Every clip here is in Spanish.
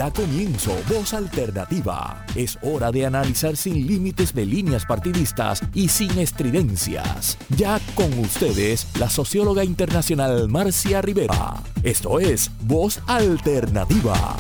Da comienzo Voz Alternativa. Es hora de analizar sin límites de líneas partidistas y sin estridencias. Ya con ustedes, la socióloga internacional Marcia Rivera. Esto es Voz Alternativa.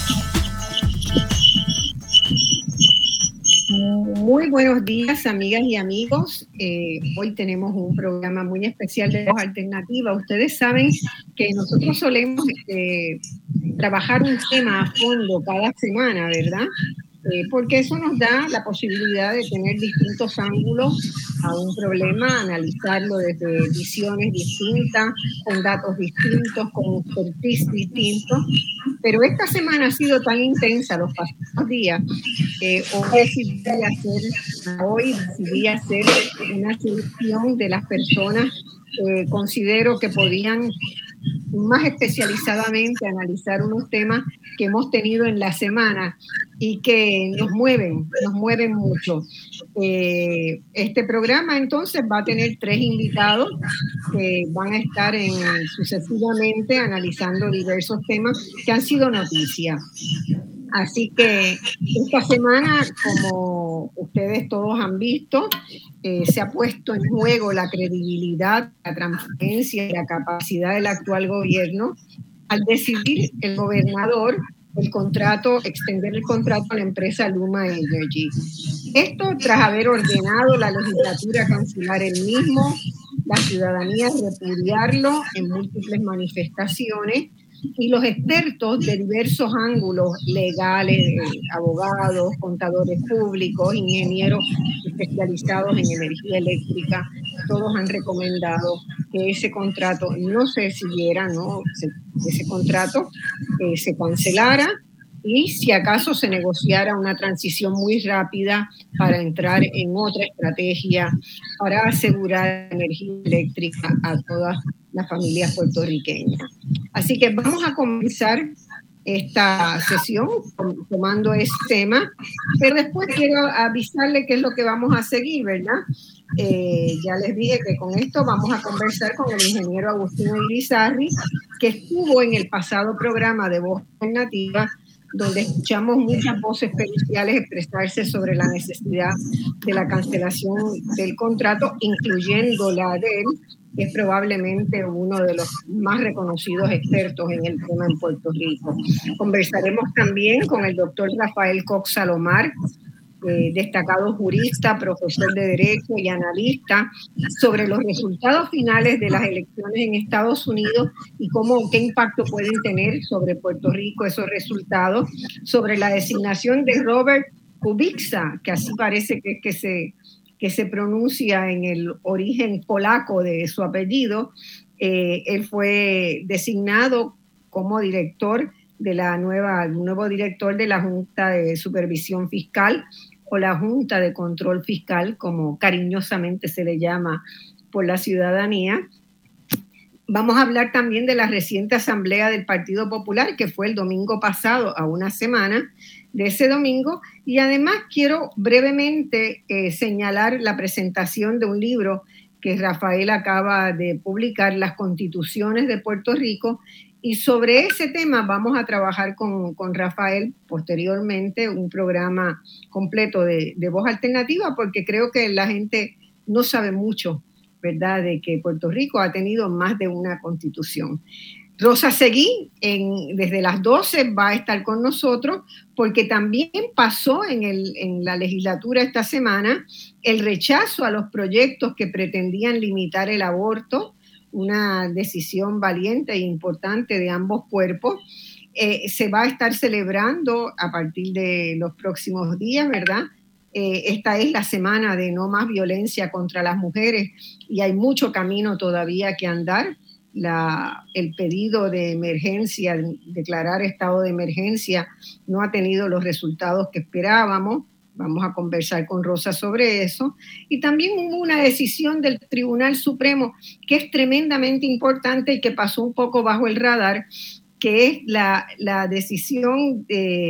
Muy buenos días, amigas y amigos. Hoy tenemos un programa muy especial de Voz Alternativa. Ustedes saben que nosotros solemos trabajar un tema a fondo cada semana, ¿verdad? Porque eso nos da la posibilidad de tener distintos ángulos a un problema, analizarlo desde visiones distintas, con datos distintos, con expertise distintos. Pero esta semana ha sido tan intensa, los pasados días, hoy decidí hacer una selección de las personas que considero que podían más especializadamente analizar unos temas que hemos tenido en la semana y que nos mueven mucho. Este programa entonces va a tener 3 invitados que van a estar sucesivamente analizando diversos temas que han sido noticia. Así que esta semana, como ustedes todos han visto, se ha puesto en juego la credibilidad, la transparencia y la capacidad del actual gobierno al decidir el gobernador extender el contrato a la empresa Luma Energy. Esto tras haber ordenado la legislatura cancelar el mismo, la ciudadanía repudiarlo en múltiples manifestaciones y los expertos de diversos ángulos legales, abogados, contadores públicos, ingenieros especializados en energía eléctrica, todos han recomendado que ese contrato no se siguiera, ese contrato se cancelara y si acaso se negociara una transición muy rápida para entrar en otra estrategia para asegurar energía eléctrica a todas las familias puertorriqueñas. Así que vamos a comenzar esta sesión tomando ese tema, pero después quiero avisarle qué es lo que vamos a seguir, ¿verdad? Ya les dije que con esto vamos a conversar con el ingeniero Agustino Irizarry, que estuvo en el pasado programa de Voz Alternativa, donde escuchamos muchas voces periciales expresarse sobre la necesidad de la cancelación del contrato, incluyendo la de él, que es probablemente uno de los más reconocidos expertos en el tema en Puerto Rico. Conversaremos también con el doctor Rafael Cox Salomar, destacado jurista, profesor de Derecho y analista, sobre los resultados finales de las elecciones en Estados Unidos y qué impacto pueden tener sobre Puerto Rico esos resultados, sobre la designación de Robert Kubica, que así parece que se pronuncia en el origen polaco de su apellido. Él fue designado como director de nuevo director de la Junta de Supervisión Fiscal o la Junta de Control Fiscal, como cariñosamente se le llama por la ciudadanía. Vamos a hablar también de la reciente asamblea del Partido Popular, que fue el domingo pasado, a una semana de ese domingo, y además quiero brevemente señalar la presentación de un libro que Rafael acaba de publicar, Las Constituciones de Puerto Rico, y sobre ese tema vamos a trabajar con Rafael posteriormente un programa completo de Voz Alternativa, porque creo que la gente no sabe mucho, ¿verdad?, de que Puerto Rico ha tenido más de una constitución. Rosa Seguí, desde las 12 va a estar con nosotros, porque también pasó en la legislatura esta semana el rechazo a los proyectos que pretendían limitar el aborto, una decisión valiente e importante de ambos cuerpos. Se va a estar celebrando a partir de los próximos días, ¿verdad? Esta es la semana de no más violencia contra las mujeres y hay mucho camino todavía que andar. El pedido de emergencia, declarar estado de emergencia, no ha tenido los resultados que esperábamos. Vamos a conversar con Rosa sobre eso. Y también hubo una decisión del Tribunal Supremo que es tremendamente importante y que pasó un poco bajo el radar, que es la decisión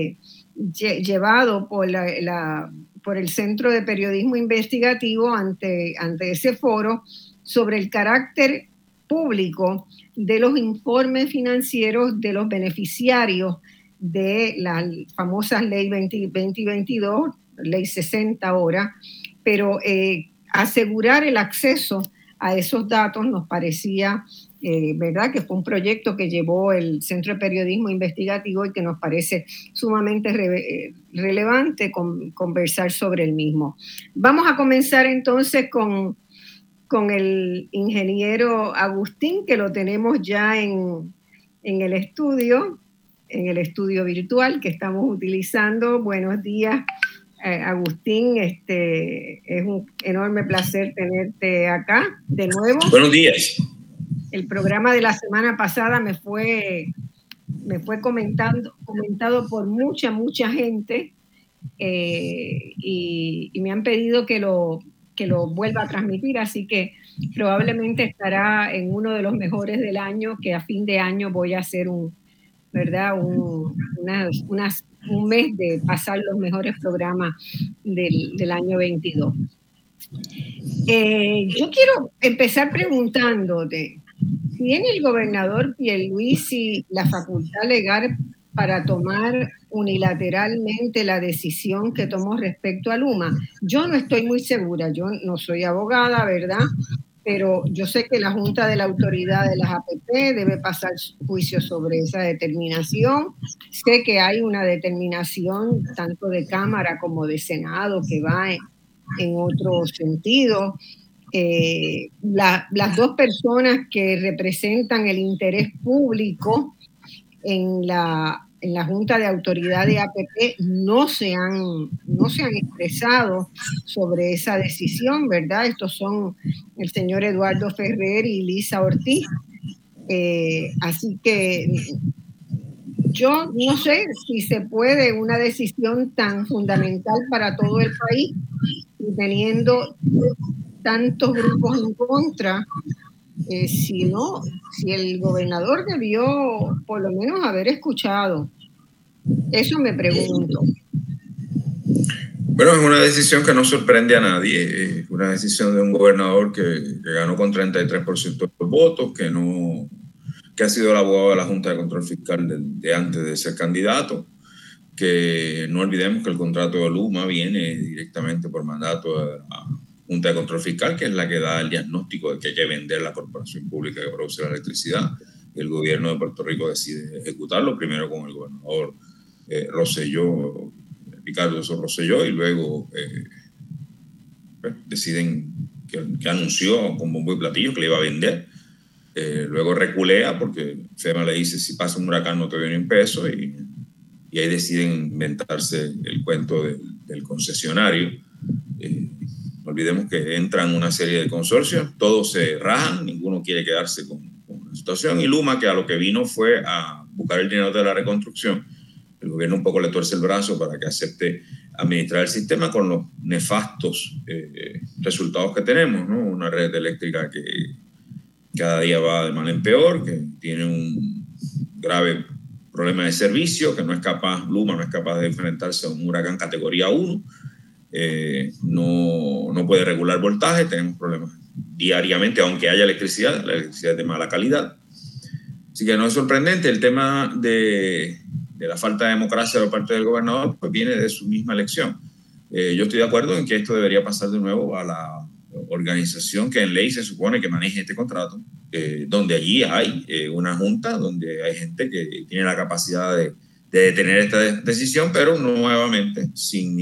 llevado por el Centro de Periodismo Investigativo ante ese foro sobre el carácter público de los informes financieros de los beneficiarios de las famosas ley 2022, ley 60 ahora, pero asegurar el acceso a esos datos nos parecía, ¿verdad?, que fue un proyecto que llevó el Centro de Periodismo Investigativo y que nos parece sumamente relevante conversar sobre el mismo. Vamos a comenzar entonces con el ingeniero Agustín, que lo tenemos ya en el estudio virtual que estamos utilizando. Buenos días, Agustín. Es un enorme placer tenerte acá de nuevo. Buenos días. El programa de la semana pasada me fue comentado por mucha gente y me han pedido que lo vuelva a transmitir, así que probablemente estará en uno de los mejores del año, que a fin de año voy a hacer un mes de pasar los mejores programas del año 22. Yo quiero empezar preguntándote, ¿tiene el gobernador Pierluisi la facultad legal para tomar unilateralmente la decisión que tomó respecto a Luma? Yo no estoy muy segura, yo no soy abogada, ¿verdad? Pero yo sé que la Junta de la Autoridad de las APP debe pasar juicio sobre esa determinación. Sé que hay una determinación tanto de Cámara como de Senado que va en otro sentido. Las dos personas que representan el interés público en la Junta de Autoridad de APP no se han expresado sobre esa decisión, ¿verdad? Estos son el señor Eduardo Ferrer y Lisa Ortiz. Así que yo no sé si se puede una decisión tan fundamental para todo el país y teniendo tantos grupos en contra. Si el gobernador debió por lo menos haber escuchado. Eso me pregunto. Bueno, es una decisión que no sorprende a nadie. Es una decisión de un gobernador que ganó con 33% de los votos, que ha sido el abogado de la Junta de Control Fiscal de antes de ser candidato, que no olvidemos que el contrato de Luma viene directamente por mandato de la Junta de Control Fiscal, que es la que da el diagnóstico de que hay que vender la corporación pública que produce la electricidad. El gobierno de Puerto Rico decide ejecutarlo, primero con el gobernador Rosselló, Ricardo Rosselló, y luego deciden que anunció con bombo y platillo que le iba a vender. Luego reculea porque FEMA le dice: si pasa un huracán no te doy ni un peso, y ahí deciden inventarse el cuento del concesionario. No olvidemos que entran una serie de consorcios, todos se rajan, ninguno quiere quedarse con la situación, y Luma, que a lo que vino fue a buscar el dinero de la reconstrucción, el gobierno un poco le tuerce el brazo para que acepte administrar el sistema con los nefastos resultados que tenemos, ¿no? Una red eléctrica que cada día va de mal en peor, que tiene un grave problema de servicio, que Luma no es capaz de enfrentarse a un huracán categoría 1, no puede regular voltaje, tenemos problemas diariamente, aunque haya electricidad, la electricidad es de mala calidad. Así que no es sorprendente. El tema de la falta de democracia por parte del gobernador pues viene de su misma elección. Yo estoy de acuerdo en que esto debería pasar de nuevo a la organización que en ley se supone que maneje este contrato, donde allí hay una junta, donde hay gente que tiene la capacidad de detener esta decisión, pero nuevamente sin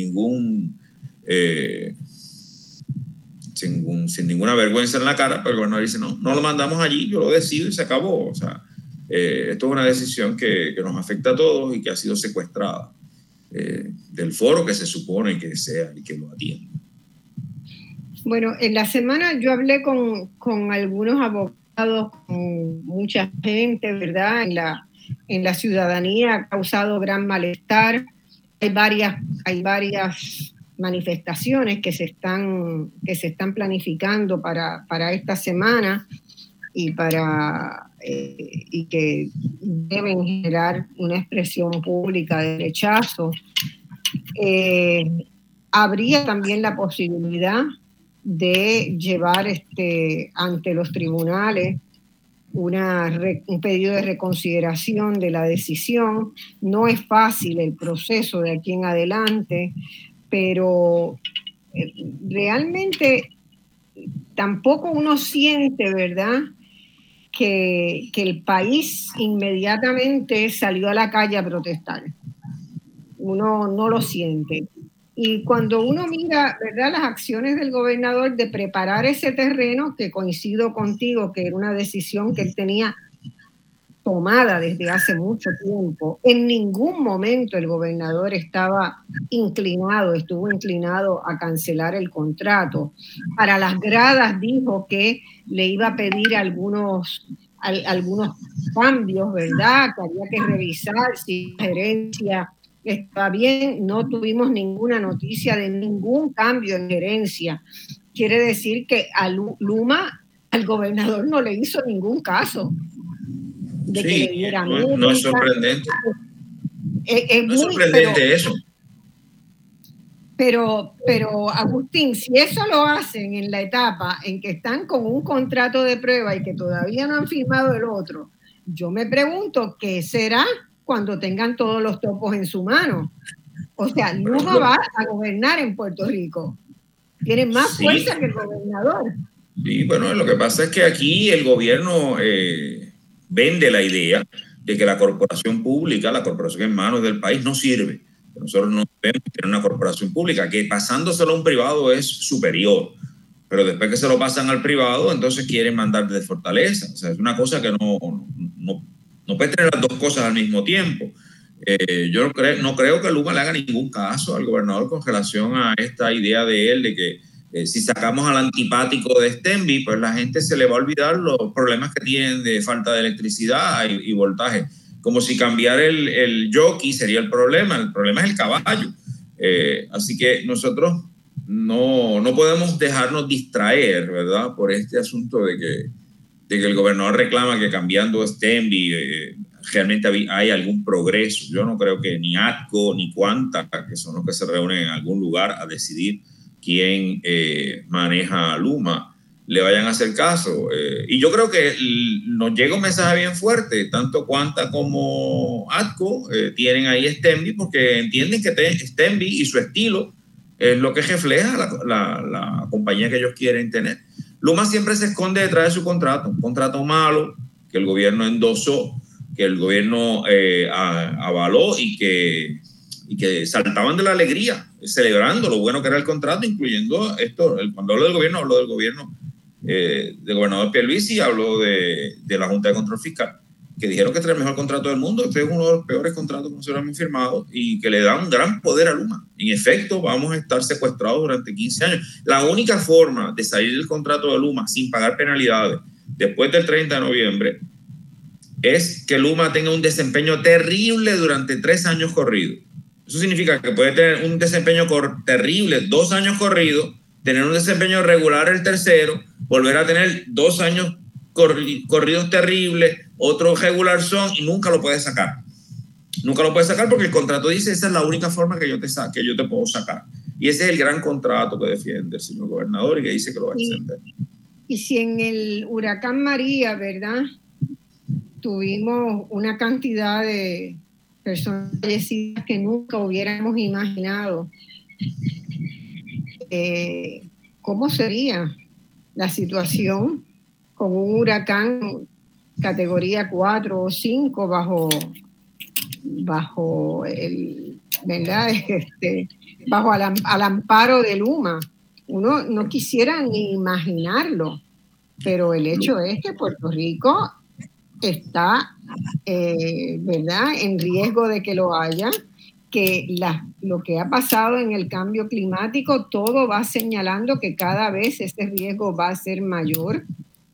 ninguna vergüenza en la cara, pero el gobernador dice: no lo mandamos allí, yo lo decido y se acabó. O sea, esto es una decisión que nos afecta a todos y que ha sido secuestrada del foro que se supone que sea y que lo atienda. Bueno, en la semana yo hablé con algunos abogados, con mucha gente, ¿verdad? En la ciudadanía ha causado gran malestar. Hay varias manifestaciones que se están planificando para esta semana y que deben generar una expresión pública de rechazo. Habría también la posibilidad de llevar ante los tribunales un pedido de reconsideración de la decisión. No es fácil el proceso de aquí en adelante, pero realmente tampoco uno siente, ¿verdad?, que el país inmediatamente salió a la calle a protestar. Uno no lo siente. Y cuando uno mira, ¿verdad?, las acciones del gobernador de preparar ese terreno, que coincido contigo que era una decisión que él tenía tomada desde hace mucho tiempo, en ningún momento el gobernador estuvo inclinado a cancelar el contrato. Para las gradas dijo que le iba a pedir algunos cambios, ¿verdad?, que había que revisar si la gerencia estaba bien. No tuvimos ninguna noticia de ningún cambio en gerencia. Quiere decir que a Luma, al gobernador, no le hizo ningún caso de sí, que le diera no es sorprendente. Es sorprendente eso. Pero, Agustín, si eso lo hacen en la etapa en que están con un contrato de prueba y que todavía no han firmado el otro, yo me pregunto qué será cuando tengan todos los topos en su mano. O sea, Luma va a gobernar en Puerto Rico. Tiene más fuerza que el gobernador. Sí, bueno, lo que pasa es que aquí el gobierno vende la idea de que la corporación pública, la corporación en manos del país, no sirve. Nosotros no debemos tener una corporación pública, que pasándoselo a un privado es superior. Pero después que se lo pasan al privado, entonces quieren mandar de fortaleza. O sea, es una cosa que no puede tener las dos cosas al mismo tiempo. Yo no creo que Luma le haga ningún caso al gobernador con relación a esta idea de él de que si sacamos al antipático de Stenby, pues la gente se le va a olvidar los problemas que tienen de falta de electricidad y voltaje. Como si cambiar el jockey sería el problema es el caballo. Así que nosotros no podemos dejarnos distraer, ¿verdad?, por este asunto de que el gobernador reclama que cambiando Stenby realmente hay algún progreso. Yo no creo que ni ATCO ni Quanta, que son los que se reúnen en algún lugar a decidir quién maneja Luma, le vayan a hacer caso. Y yo creo que nos llega un mensaje bien fuerte, tanto Quanta como ATCO tienen ahí Stenby, porque entienden que Stenby y su estilo es lo que refleja la compañía que ellos quieren tener. Luma siempre se esconde detrás de su contrato, un contrato malo que el gobierno endosó, que el gobierno avaló y que saltaban de la alegría, celebrando lo bueno que era el contrato, incluyendo esto. Cuando hablo del gobierno del gobernador Pierluisi, habló de la Junta de Control Fiscal, que dijeron que este era el mejor contrato del mundo. Este es uno de los peores contratos que nosotros hemos firmado y que le da un gran poder a Luma. En efecto, vamos a estar secuestrados durante 15 años. La única forma de salir del contrato de Luma sin pagar penalidades después del 30 de noviembre es que Luma tenga un desempeño terrible durante 3 años corridos. Eso significa que puede tener un desempeño terrible 2 años corridos, tener un desempeño regular el tercero, volver a tener 2 años corridos terribles, otro regular y nunca lo puede sacar. Nunca lo puede sacar porque el contrato dice esa es la única forma que yo te puedo sacar. Y ese es el gran contrato que defiende el señor gobernador y que dice que lo va a extender. Y si en el huracán María, ¿verdad?, tuvimos una cantidad de personas fallecidas que nunca hubiéramos imaginado, ¿cómo sería la situación con un huracán categoría 4 o 5 bajo el, ¿verdad?, bajo al amparo de Luma? Uno no quisiera ni imaginarlo, pero el hecho es que Puerto Rico está, ¿verdad?, en riesgo de que lo haya, que lo que ha pasado en el cambio climático, todo va señalando que cada vez ese riesgo va a ser mayor.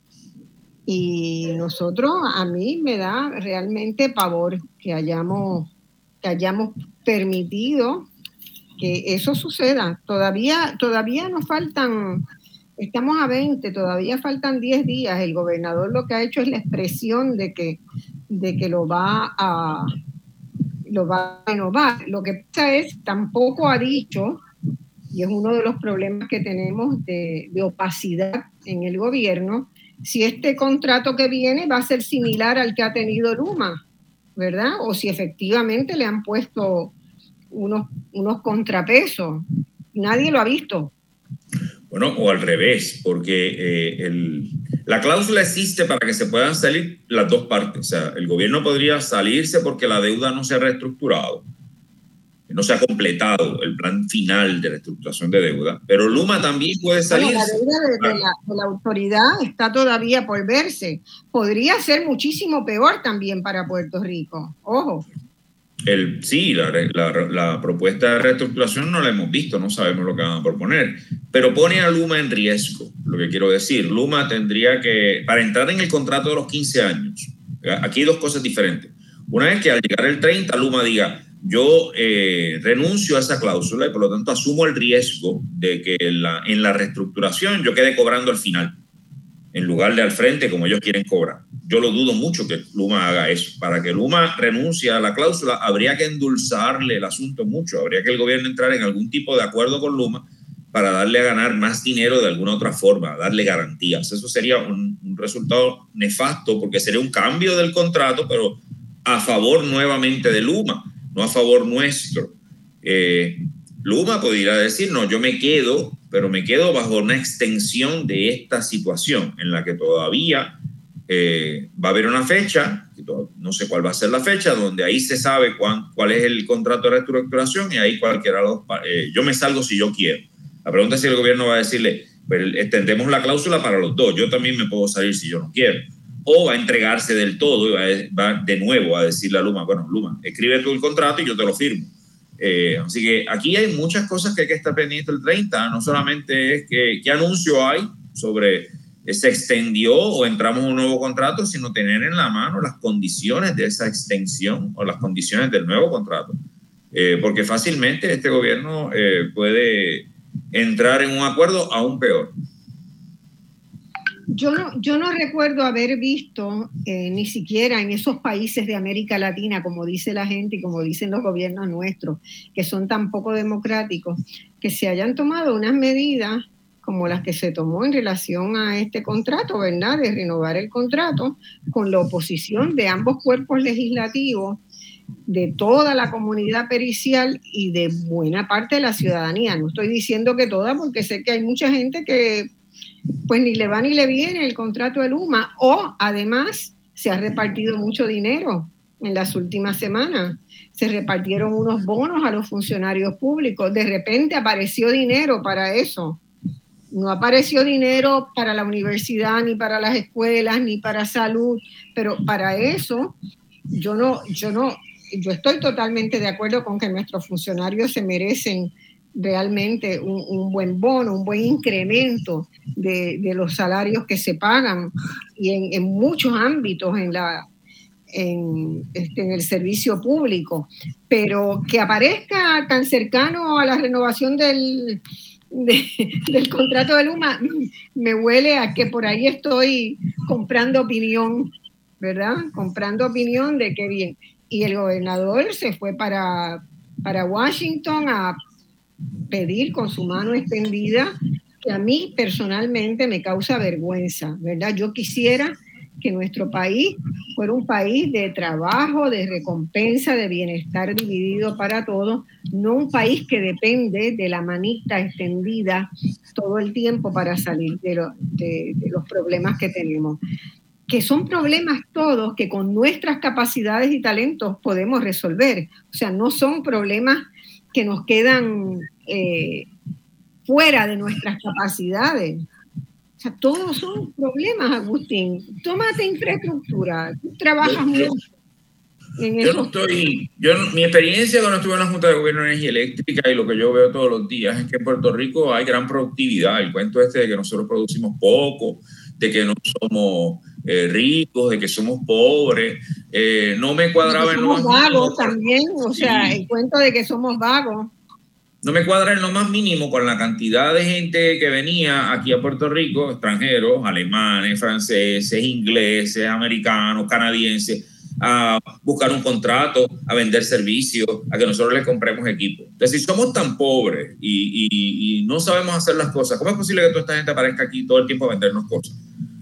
Y nosotros, a mí me da realmente pavor que hayamos permitido que eso suceda. Todavía nos faltan, estamos a 20, todavía faltan 10 días. El gobernador lo que ha hecho es la expresión de que lo va a renovar. Lo que pasa es, tampoco ha dicho, y es uno de los problemas que tenemos de opacidad en el gobierno, si este contrato que viene va a ser similar al que ha tenido Luma, ¿verdad? O si efectivamente le han puesto unos contrapesos. Nadie lo ha visto. Bueno, o al revés, porque la cláusula existe para que se puedan salir las dos partes. O sea, el gobierno podría salirse porque la deuda no se ha reestructurado, no se ha completado el plan final de reestructuración de deuda, pero Luma también puede salirse. Bueno, la deuda de la autoridad está todavía por verse. Podría ser muchísimo peor también para Puerto Rico. Ojo. Sí, la propuesta de reestructuración no la hemos visto, no sabemos lo que van a proponer, pero pone a Luma en riesgo, lo que quiero decir. Luma tendría que, para entrar en el contrato de los 15 años, aquí hay dos cosas diferentes. Una es que al llegar el 30, Luma diga, yo renuncio a esa cláusula y por lo tanto asumo el riesgo de que en la reestructuración yo quede cobrando al final, en lugar de al frente como ellos quieren cobrar. Yo lo dudo mucho que Luma haga eso. Para que Luma renuncie a la cláusula, habría que endulzarle el asunto mucho. Habría que el gobierno entrar en algún tipo de acuerdo con Luma para darle a ganar más dinero de alguna otra forma, darle garantías. Eso sería un resultado nefasto porque sería un cambio del contrato, pero a favor nuevamente de Luma, no a favor nuestro. Luma podría decir, no, yo me quedo, pero me quedo bajo una extensión de esta situación en la que todavía va a haber una fecha, no sé cuál va a ser la fecha, donde ahí se sabe cuál es el contrato de reestructuración y ahí cualquiera de los yo me salgo si yo quiero. La pregunta es si el gobierno va a decirle, pues extendemos la cláusula para los dos, yo también me puedo salir si yo no quiero. O va a entregarse del todo y va de nuevo a decirle a Luma, bueno, Luma, escribe tú el contrato y yo te lo firmo. Así que aquí hay muchas cosas que hay que estar pendiente el 30, no solamente es qué anuncio hay sobre se extendió o entramos a un nuevo contrato, sino tener en la mano las condiciones de esa extensión o las condiciones del nuevo contrato. Porque fácilmente este gobierno puede entrar en un acuerdo aún peor. Yo no recuerdo haber visto ni siquiera en esos países de América Latina, como dice la gente y como dicen los gobiernos nuestros, que son tan poco democráticos, que se hayan tomado unas medidas como las que se tomó en relación a este contrato, ¿verdad? De renovar el contrato con la oposición de ambos cuerpos legislativos, de toda la comunidad pericial y de buena parte de la ciudadanía. No estoy diciendo que toda, porque sé que hay mucha gente que pues ni le va ni le viene el contrato de Luma, o además se ha repartido mucho dinero en las últimas semanas. Se repartieron unos bonos a los funcionarios públicos. De repente apareció dinero para eso. No apareció dinero para la universidad, ni para las escuelas, ni para salud, pero para eso yo estoy totalmente de acuerdo con que nuestros funcionarios se merecen realmente un buen bono, un buen incremento de los salarios que se pagan y en muchos ámbitos en el servicio público, pero que aparezca tan cercano a la renovación del contrato de Luma me huele a que por ahí estoy comprando opinión, ¿verdad? Comprando opinión de que bien. Y el gobernador se fue para Washington a pedir con su mano extendida, que a mí personalmente me causa vergüenza, ¿verdad? Yo quisiera que nuestro país fuera un país de trabajo, de recompensa, de bienestar dividido para todos, no un país que depende de la manita extendida todo el tiempo para salir de los problemas que tenemos. Que son problemas todos que con nuestras capacidades y talentos podemos resolver. O sea, no son problemas que nos quedan fuera de nuestras capacidades. O sea, todos son problemas, Agustín. Tómate infraestructura. Tú trabajas mucho en eso. Mi experiencia cuando estuve en la Junta de Gobierno de Energía Eléctrica y lo que yo veo todos los días es que en Puerto Rico hay gran productividad. El cuento de que nosotros producimos poco, de que no somos ricos, de que somos pobres, no me cuadraba en lo más mínimo. Somos vagos también, o sea, el cuento de que somos vagos. No me cuadra en lo más mínimo con la cantidad de gente que venía aquí a Puerto Rico, extranjeros, alemanes, franceses, ingleses, americanos, canadienses, a buscar un contrato, a vender servicios, a que nosotros les compremos equipo. Entonces, si somos tan pobres y no sabemos hacer las cosas, ¿cómo es posible que toda esta gente aparezca aquí todo el tiempo a vendernos cosas?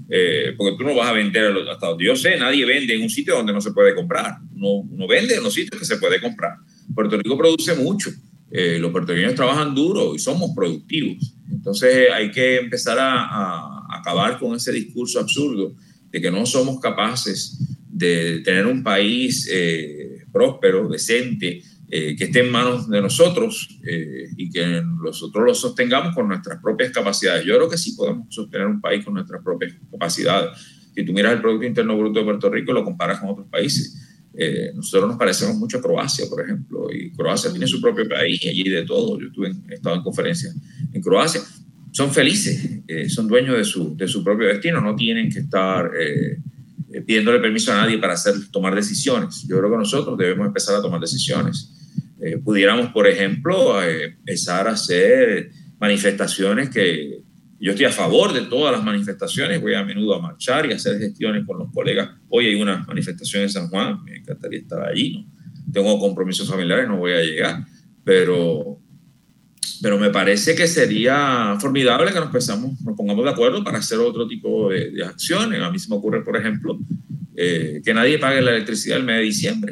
porque tú no vas a vender, hasta donde yo sé, nadie vende en un sitio donde no se puede comprar. Uno vende en los sitios que se puede comprar. Puerto Rico produce mucho. Los puertorriqueños trabajan duro y somos productivos. Entonces hay que empezar a acabar con ese discurso absurdo de que no somos capaces de tener un país próspero, decente, que esté en manos de nosotros y que nosotros lo sostengamos con nuestras propias capacidades. Yo creo que sí podemos sostener un país con nuestras propias capacidades. Si tú miras el Producto Interno Bruto de Puerto Rico y lo comparas con otros países, nosotros nos parecemos mucho a Croacia, por ejemplo, y Croacia tiene su propio país y allí de todo. Yo he estado en conferencias en Croacia. Son felices, son dueños de su propio destino, no tienen que estar pidiéndole permiso a nadie para tomar decisiones. Yo creo que nosotros debemos empezar a tomar decisiones. Pudiéramos, por ejemplo, empezar a hacer manifestaciones que yo estoy a favor de todas las manifestaciones, voy a menudo a marchar y a hacer gestiones con los colegas. Hoy hay una manifestación en San Juan, me encantaría estar allí, ¿no? Tengo compromisos familiares, no voy a llegar, pero me parece que sería formidable que nos pongamos de acuerdo para hacer otro tipo de acciones. A mí se me ocurre, por ejemplo, que nadie pague la electricidad el mes de diciembre.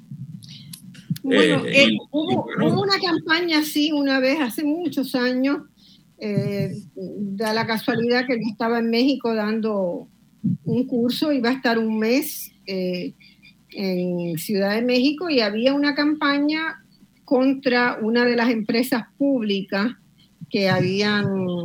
Bueno, hubo una campaña así una vez, hace muchos años, da la casualidad que yo estaba en México dando un curso, iba a estar un mes en Ciudad de México y había una campaña contra una de las empresas públicas que habían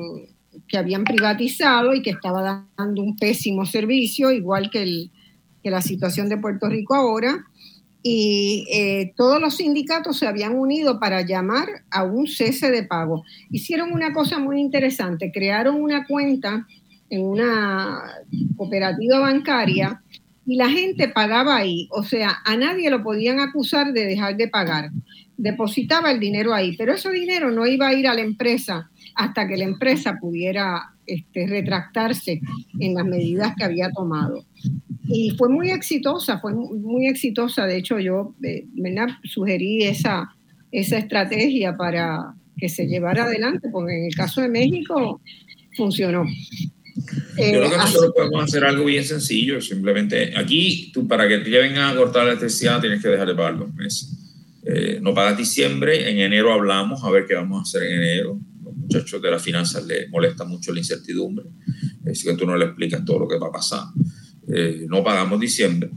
privatizado y que estaba dando un pésimo servicio, igual que la situación de Puerto Rico ahora. Y todos los sindicatos se habían unido para llamar a un cese de pago. Hicieron una cosa muy interesante, crearon una cuenta en una cooperativa bancaria y la gente pagaba ahí. O sea, a nadie lo podían acusar de dejar de pagar. Depositaba el dinero ahí, pero ese dinero no iba a ir a la empresa hasta que la empresa pudiera retractarse en las medidas que había tomado. Y fue muy exitosa. De hecho, yo sugerí esa estrategia para que se llevara adelante, porque en el caso de México funcionó. Yo creo que nosotros podemos hacer algo bien sencillo, simplemente aquí, tú para que te vengan a cortar la electricidad tienes que dejar de pagar 2 meses. No pagas diciembre, en enero hablamos a ver qué vamos a hacer en enero. Los muchachos de las finanzas les molesta mucho la incertidumbre, así que tú no le explicas todo lo que va a pasar. No pagamos diciembre.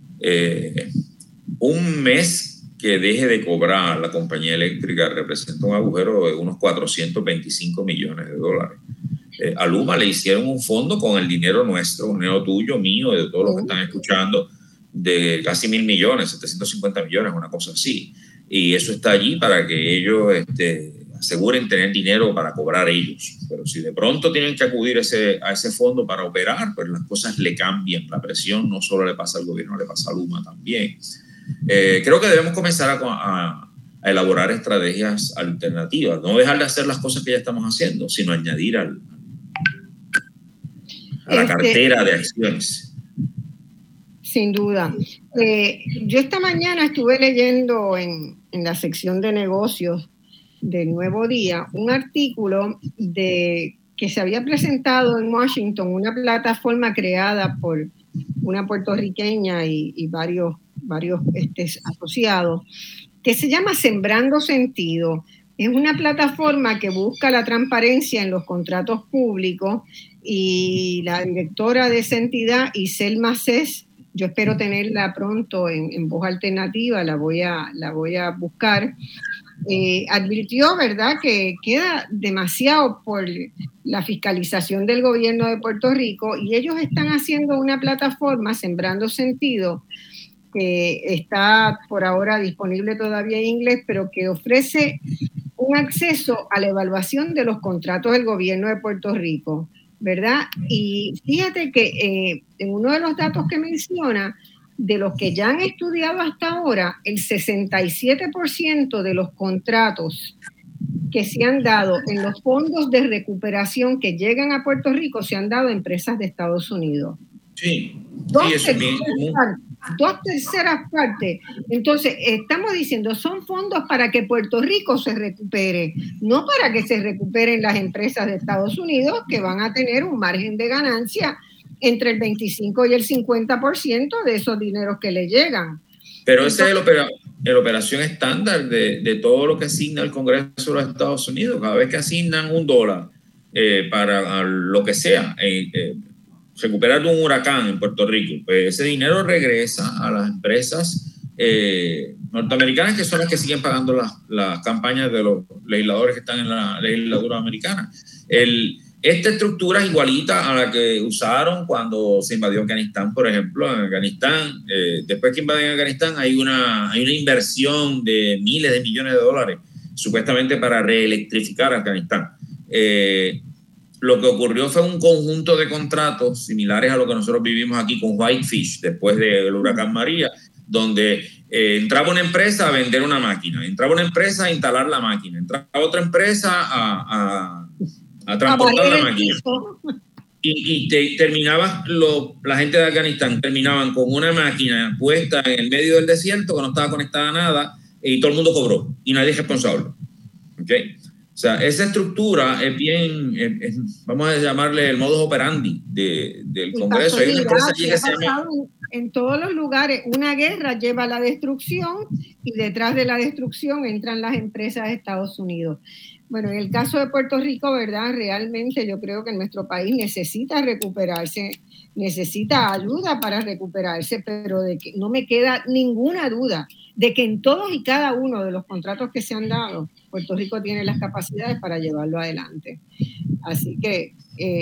Un mes que deje de cobrar la compañía eléctrica representa un agujero de unos $425 millones. A Luma le hicieron un fondo con el dinero nuestro, un dinero tuyo, mío, de todos los que están escuchando, de casi 1.000 millones, 750 millones, una cosa así. Y eso está allí para que ellos aseguren tener dinero para cobrar ellos. Pero si de pronto tienen que acudir a ese fondo para operar, pues las cosas le cambian. La presión no solo le pasa al gobierno, le pasa a Luma también. Creo que debemos comenzar a elaborar estrategias alternativas. No dejar de hacer las cosas que ya estamos haciendo, sino añadir a la cartera de acciones. Sin duda. Yo esta mañana estuve leyendo en la sección de negocios del Nuevo Día un artículo que se había presentado en Washington, una plataforma creada por una puertorriqueña y varios asociados, que se llama Sembrando Sentido. Es una plataforma que busca la transparencia en los contratos públicos y la directora de esa entidad, Isel Macés, yo espero tenerla pronto en Voz Alternativa, la voy a buscar, advirtió, ¿verdad?, que queda demasiado por la fiscalización del gobierno de Puerto Rico y ellos están haciendo una plataforma, Sembrando Sentido, que está por ahora disponible todavía en inglés, pero que ofrece un acceso a la evaluación de los contratos del gobierno de Puerto Rico, ¿verdad? Y fíjate que en uno de los datos que menciona, de los que ya han estudiado hasta ahora, el 67% de los contratos que se han dado en los fondos de recuperación que llegan a Puerto Rico se han dado a empresas de Estados Unidos. Sí, Dos terceras partes. Entonces, estamos diciendo, son fondos para que Puerto Rico se recupere, no para que se recuperen las empresas de Estados Unidos que van a tener un margen de ganancia entre el 25 y el 50% de esos dineros que le llegan. Pero esa es la operación estándar de todo lo que asigna el Congreso de los Estados Unidos. Cada vez que asignan $1 para lo que sea, recuperar un huracán en Puerto Rico, pues ese dinero regresa a las empresas norteamericanas, que son las que siguen pagando las campañas de los legisladores que están en la legislatura americana. Esta estructura es igualita a la que usaron cuando se invadió Afganistán, por ejemplo. En Afganistán, después que invaden Afganistán, hay una inversión de miles de millones de dólares, supuestamente para reelectrificar Afganistán. Lo que ocurrió fue un conjunto de contratos similares a lo que nosotros vivimos aquí con Whitefish, después del huracán María, donde entraba una empresa a vender una máquina, entraba una empresa a instalar la máquina, entraba otra empresa a transportar la máquina. Y terminaba, la gente de Afganistán terminaban con una máquina puesta en el medio del desierto que no estaba conectada a nada y todo el mundo cobró y nadie es responsable. ¿Okay? O sea, esa estructura es bien, vamos a llamarle el modus operandi del Congreso. Hay una empresa allí que se llama... En todos los lugares, una guerra lleva a la destrucción y detrás de la destrucción entran las empresas de Estados Unidos. Bueno, en el caso de Puerto Rico, ¿verdad? Realmente yo creo que nuestro país necesita recuperarse, necesita ayuda para recuperarse, pero de que no me queda ninguna duda de que en todos y cada uno de los contratos que se han dado, Puerto Rico tiene las capacidades para llevarlo adelante. Así que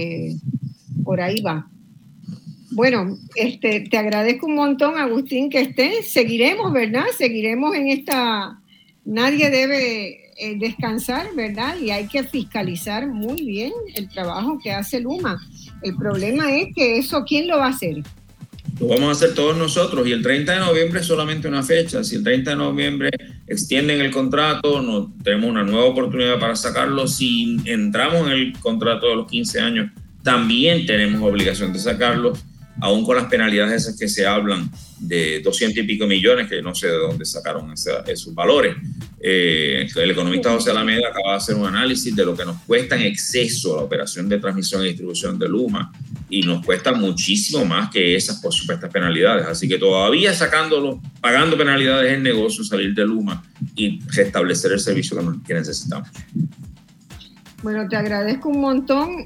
por ahí va. Bueno, te agradezco un montón, Agustín, que estés. Seguiremos, ¿verdad? Seguiremos en esta... Nadie debe descansar, ¿verdad? Y hay que fiscalizar muy bien el trabajo que hace Luma. El problema es que eso, ¿quién lo va a hacer? Lo vamos a hacer todos nosotros, y el 30 de noviembre es solamente una fecha. Si el 30 de noviembre extienden el contrato, tenemos una nueva oportunidad para sacarlo. Si entramos en el contrato de los 15 años, también tenemos obligación de sacarlo, aún con las penalidades esas que se hablan de 200 y pico millones, que no sé de dónde sacaron esos valores. El economista José Alameda acaba de hacer un análisis de lo que nos cuesta en exceso la operación de transmisión y distribución de Luma, y nos cuesta muchísimo más que esas por supuestas penalidades. Así que todavía pagando penalidades es negocio salir de Luma y restablecer el servicio que necesitamos. Bueno, te agradezco un montón.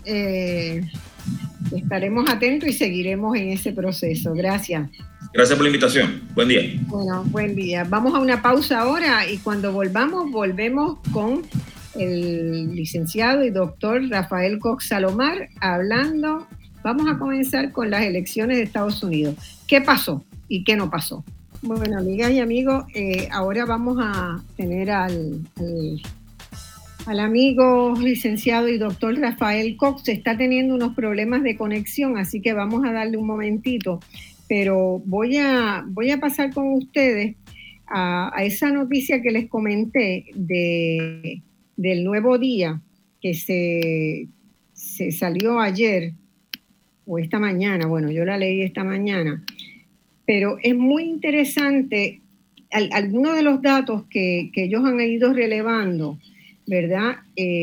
Estaremos atentos y seguiremos en ese proceso. Gracias. Gracias por la invitación. Buen día. Bueno, buen día. Vamos a una pausa ahora y cuando volvemos con el licenciado y doctor Rafael Cox Salomar hablando. Vamos a comenzar con las elecciones de Estados Unidos. ¿Qué pasó y qué no pasó? Bueno, amigas y amigos, ahora vamos a tener al amigo licenciado y doctor Rafael Cox. Está teniendo unos problemas de conexión, así que vamos a darle un momentito. Pero voy a pasar con ustedes a esa noticia que les comenté del Nuevo Día, que se salió ayer o esta mañana. Bueno, yo la leí esta mañana. Pero es muy interesante algunos de los datos que ellos han ido relevando, ¿verdad?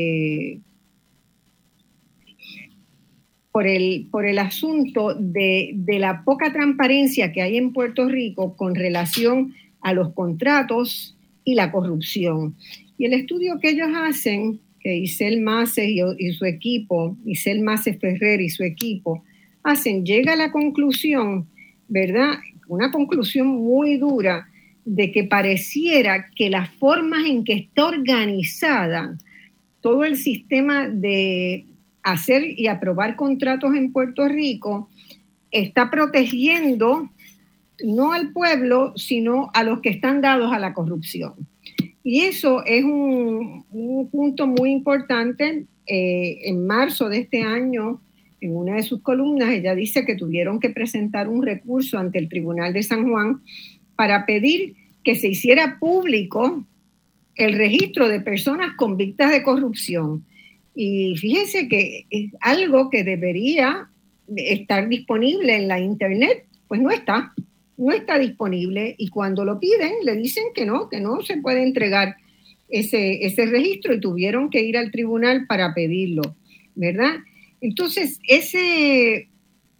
Por el asunto de la poca transparencia que hay en Puerto Rico con relación a los contratos y la corrupción. Y el estudio que ellos hacen, que Isel Maces y su equipo, Isel Maces Ferrer y su equipo, llega a la conclusión, ¿verdad? Una conclusión muy dura de que pareciera que las formas en que está organizada todo el sistema de hacer y aprobar contratos en Puerto Rico está protegiendo no al pueblo, sino a los que están dados a la corrupción. Y eso es un punto muy importante. En marzo de este año, en una de sus columnas, ella dice que tuvieron que presentar un recurso ante el Tribunal de San Juan para pedir que se hiciera público el registro de personas convictas de corrupción. Y fíjense que es algo que debería estar disponible en la internet, pues no está disponible, y cuando lo piden le dicen que no se puede entregar ese registro, y tuvieron que ir al tribunal para pedirlo, ¿verdad? Entonces, ese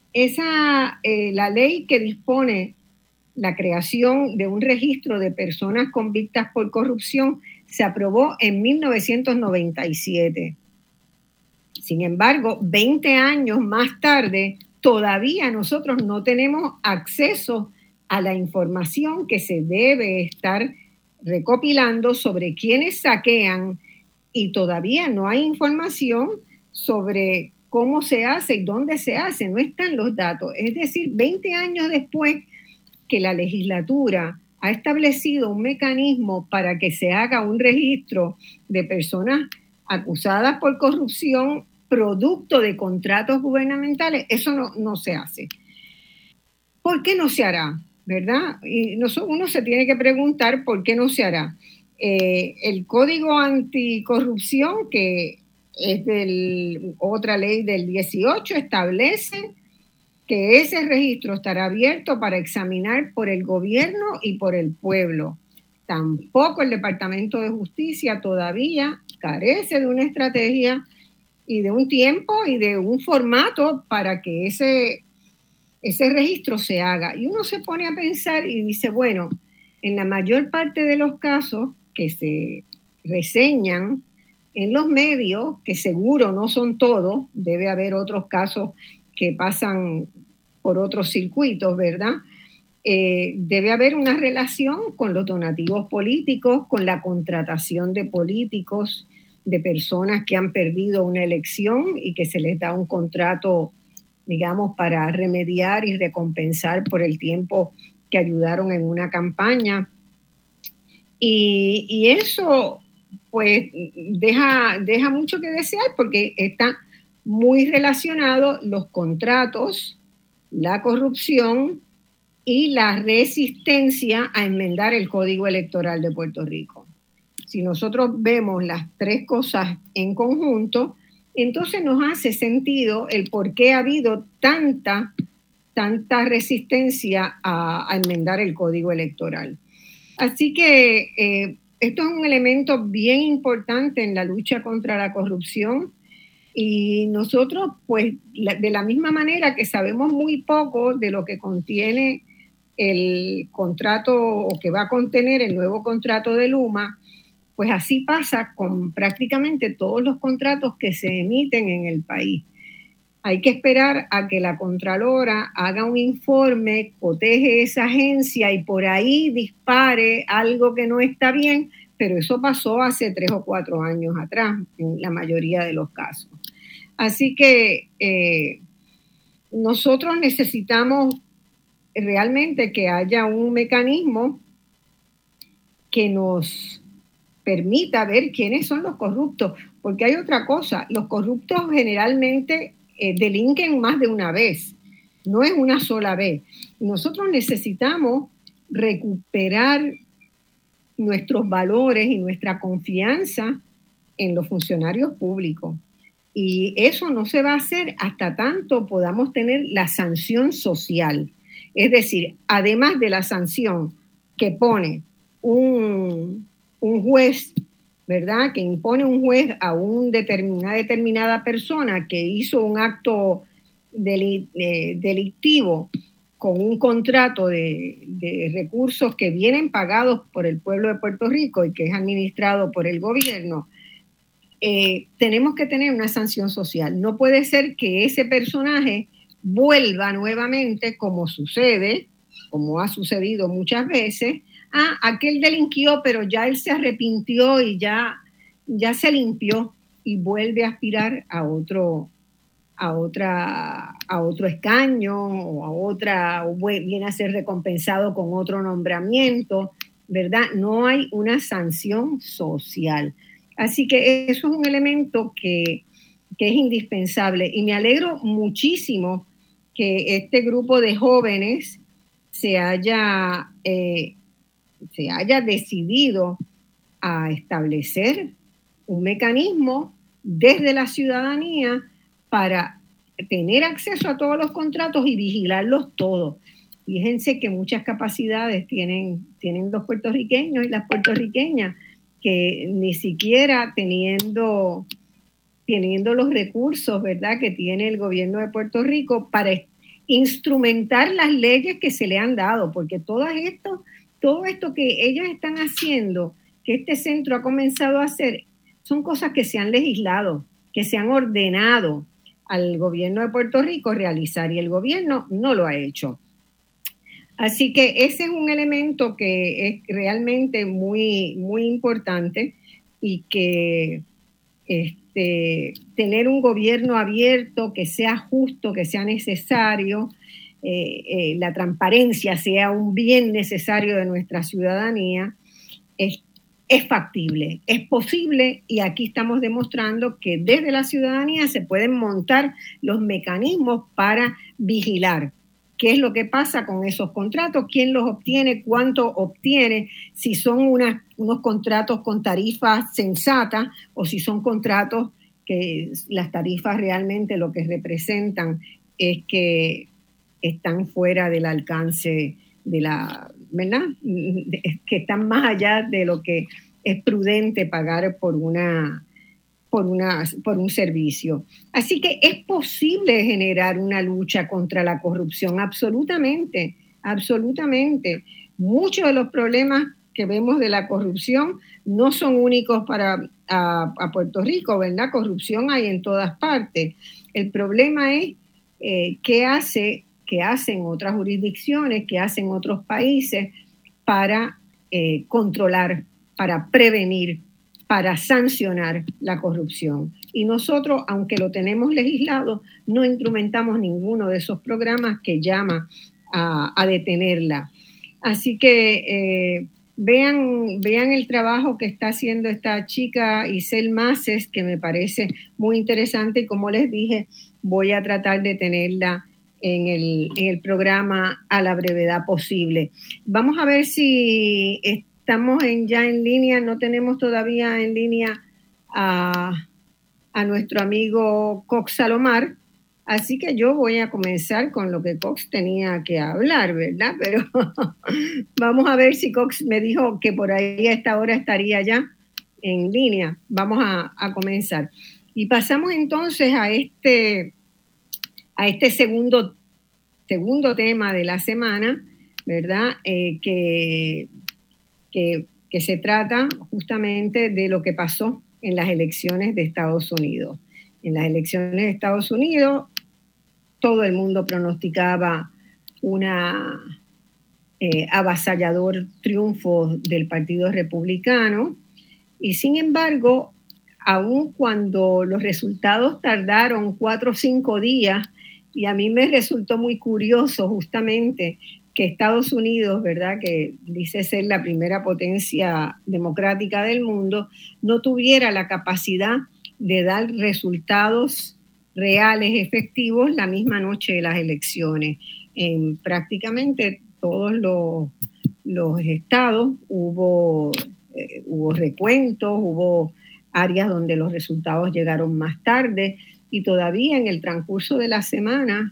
La ley que dispone la creación de un registro de personas convictas por corrupción se aprobó en 1997. Sin embargo, 20 años más tarde, todavía nosotros no tenemos acceso a la información que se debe estar recopilando sobre quiénes saquean, y todavía no hay información sobre cómo se hace y dónde se hace, no están los datos. Es decir, 20 años después que la legislatura ha establecido un mecanismo para que se haga un registro de personas acusadas por corrupción producto de contratos gubernamentales, eso no se hace. ¿Por qué no se hará? ¿Verdad? Y uno se tiene que preguntar por qué no se hará. El Código Anticorrupción, que es otra ley del 18, establece que ese registro estará abierto para examinar por el gobierno y por el pueblo. Tampoco el Departamento de Justicia todavía carece de una estrategia y de un tiempo y de un formato para que ese registro se haga. Y uno se pone a pensar y dice, bueno, en la mayor parte de los casos que se reseñan en los medios, que seguro no son todos, debe haber otros casos que pasan por otros circuitos, ¿verdad? Debe haber una relación con los donativos políticos, con la contratación de políticos, de personas que han perdido una elección y que se les da un contrato, digamos, para remediar y recompensar por el tiempo que ayudaron en una campaña. Y eso, pues, deja mucho que desear, porque está muy relacionado los contratos, la corrupción y la resistencia a enmendar el Código Electoral de Puerto Rico. Si nosotros vemos las tres cosas en conjunto, entonces nos hace sentido el por qué ha habido tanta resistencia a enmendar el Código Electoral. Así que esto es un elemento bien importante en la lucha contra la corrupción, y nosotros, pues, de la misma manera que sabemos muy poco de lo que contiene el contrato o que va a contener el nuevo contrato de Luma, pues así pasa con prácticamente todos los contratos que se emiten en el país. Hay que esperar a que la Contralora haga un informe, coteje esa agencia y por ahí dispare algo que no está bien, pero eso pasó hace 3 o 4 años atrás, en la mayoría de los casos. Así que nosotros necesitamos realmente que haya un mecanismo que nos permita ver quiénes son los corruptos, porque hay otra cosa, los corruptos generalmente delinquen más de una vez, no es una sola vez. Nosotros necesitamos recuperar nuestros valores y nuestra confianza en los funcionarios públicos. Y eso no se va a hacer hasta tanto podamos tener la sanción social. Es decir, además de la sanción que pone un juez, ¿verdad? Que impone un juez a una determinada persona que hizo un acto delictivo con un contrato de recursos que vienen pagados por el pueblo de Puerto Rico y que es administrado por el gobierno. Tenemos que tener una sanción social. No puede ser que ese personaje vuelva nuevamente, como ha sucedido muchas veces, aquel delinquió, pero ya él se arrepintió y ya se limpió y vuelve a aspirar a otro escaño o viene a ser recompensado con otro nombramiento, ¿verdad? No hay una sanción social. Así que eso es un elemento que es indispensable, y me alegro muchísimo que este grupo de jóvenes se haya decidido a establecer un mecanismo desde la ciudadanía para tener acceso a todos los contratos y vigilarlos todos. Fíjense que muchas capacidades tienen los puertorriqueños y las puertorriqueñas, que ni siquiera teniendo los recursos, ¿verdad?, que tiene el gobierno de Puerto Rico para instrumentar las leyes que se le han dado, porque todo esto que ellos están haciendo, que este centro ha comenzado a hacer, son cosas que se han legislado, que se han ordenado al gobierno de Puerto Rico realizar, y el gobierno no lo ha hecho. Así que ese es un elemento que es realmente muy, muy importante, y que tener un gobierno abierto, que sea justo, que sea necesario, la transparencia sea un bien necesario de nuestra ciudadanía, es factible, es posible, y aquí estamos demostrando que desde la ciudadanía se pueden montar los mecanismos para vigilar qué es lo que pasa con esos contratos, quién los obtiene, cuánto obtiene, si son unos contratos con tarifas sensatas o si son contratos que las tarifas realmente lo que representan es que están fuera del alcance de la, ¿verdad? Que están más allá de lo que es prudente pagar por un servicio. Así que es posible generar una lucha contra la corrupción, absolutamente, absolutamente. Muchos de los problemas que vemos de la corrupción no son únicos para Puerto Rico, ¿verdad? Corrupción hay en todas partes. El problema es qué hacen otras jurisdicciones, qué hacen otros países para controlar, para prevenir, para sancionar la corrupción. Y nosotros, aunque lo tenemos legislado, no instrumentamos ninguno de esos programas que llama a detenerla. Así que vean el trabajo que está haciendo esta chica Isel Maces, que me parece muy interesante, y como les dije, voy a tratar de tenerla en el programa a la brevedad posible. Vamos a ver si estamos ya en línea, no tenemos todavía en línea a nuestro amigo Cox Salomar, así que yo voy a comenzar con lo que Cox tenía que hablar, ¿verdad? Pero vamos a ver si Cox me dijo que por ahí a esta hora estaría ya en línea. Vamos a comenzar. Y pasamos entonces a este segundo tema de la semana, ¿verdad? Que se trata justamente de lo que pasó en las elecciones de Estados Unidos. En las elecciones de Estados Unidos, todo el mundo pronosticaba una avasallador triunfo del Partido Republicano, y sin embargo, aun cuando los resultados tardaron 4 o 5 días, y a mí me resultó muy curioso justamente que Estados Unidos, ¿verdad?, que dice ser la primera potencia democrática del mundo, no tuviera la capacidad de dar resultados reales, efectivos, la misma noche de las elecciones. En prácticamente todos los estados hubo recuentos, hubo áreas donde los resultados llegaron más tarde, y todavía en el transcurso de la semana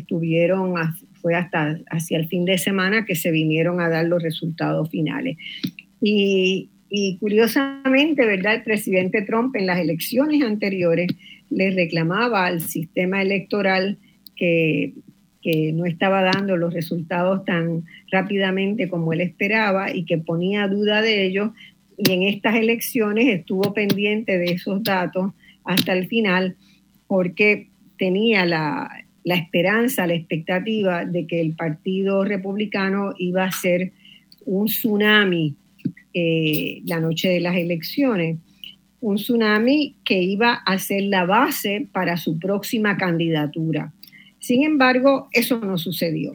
fue hasta hacia el fin de semana que se vinieron a dar los resultados finales. Y curiosamente, ¿verdad?, el presidente Trump en las elecciones anteriores le reclamaba al sistema electoral que no estaba dando los resultados tan rápidamente como él esperaba y que ponía duda de ellos, y en estas elecciones estuvo pendiente de esos datos hasta el final, porque tenía la esperanza, la expectativa de que el Partido Republicano iba a ser un tsunami la noche de las elecciones, un tsunami que iba a ser la base para su próxima candidatura. Sin embargo, eso no sucedió.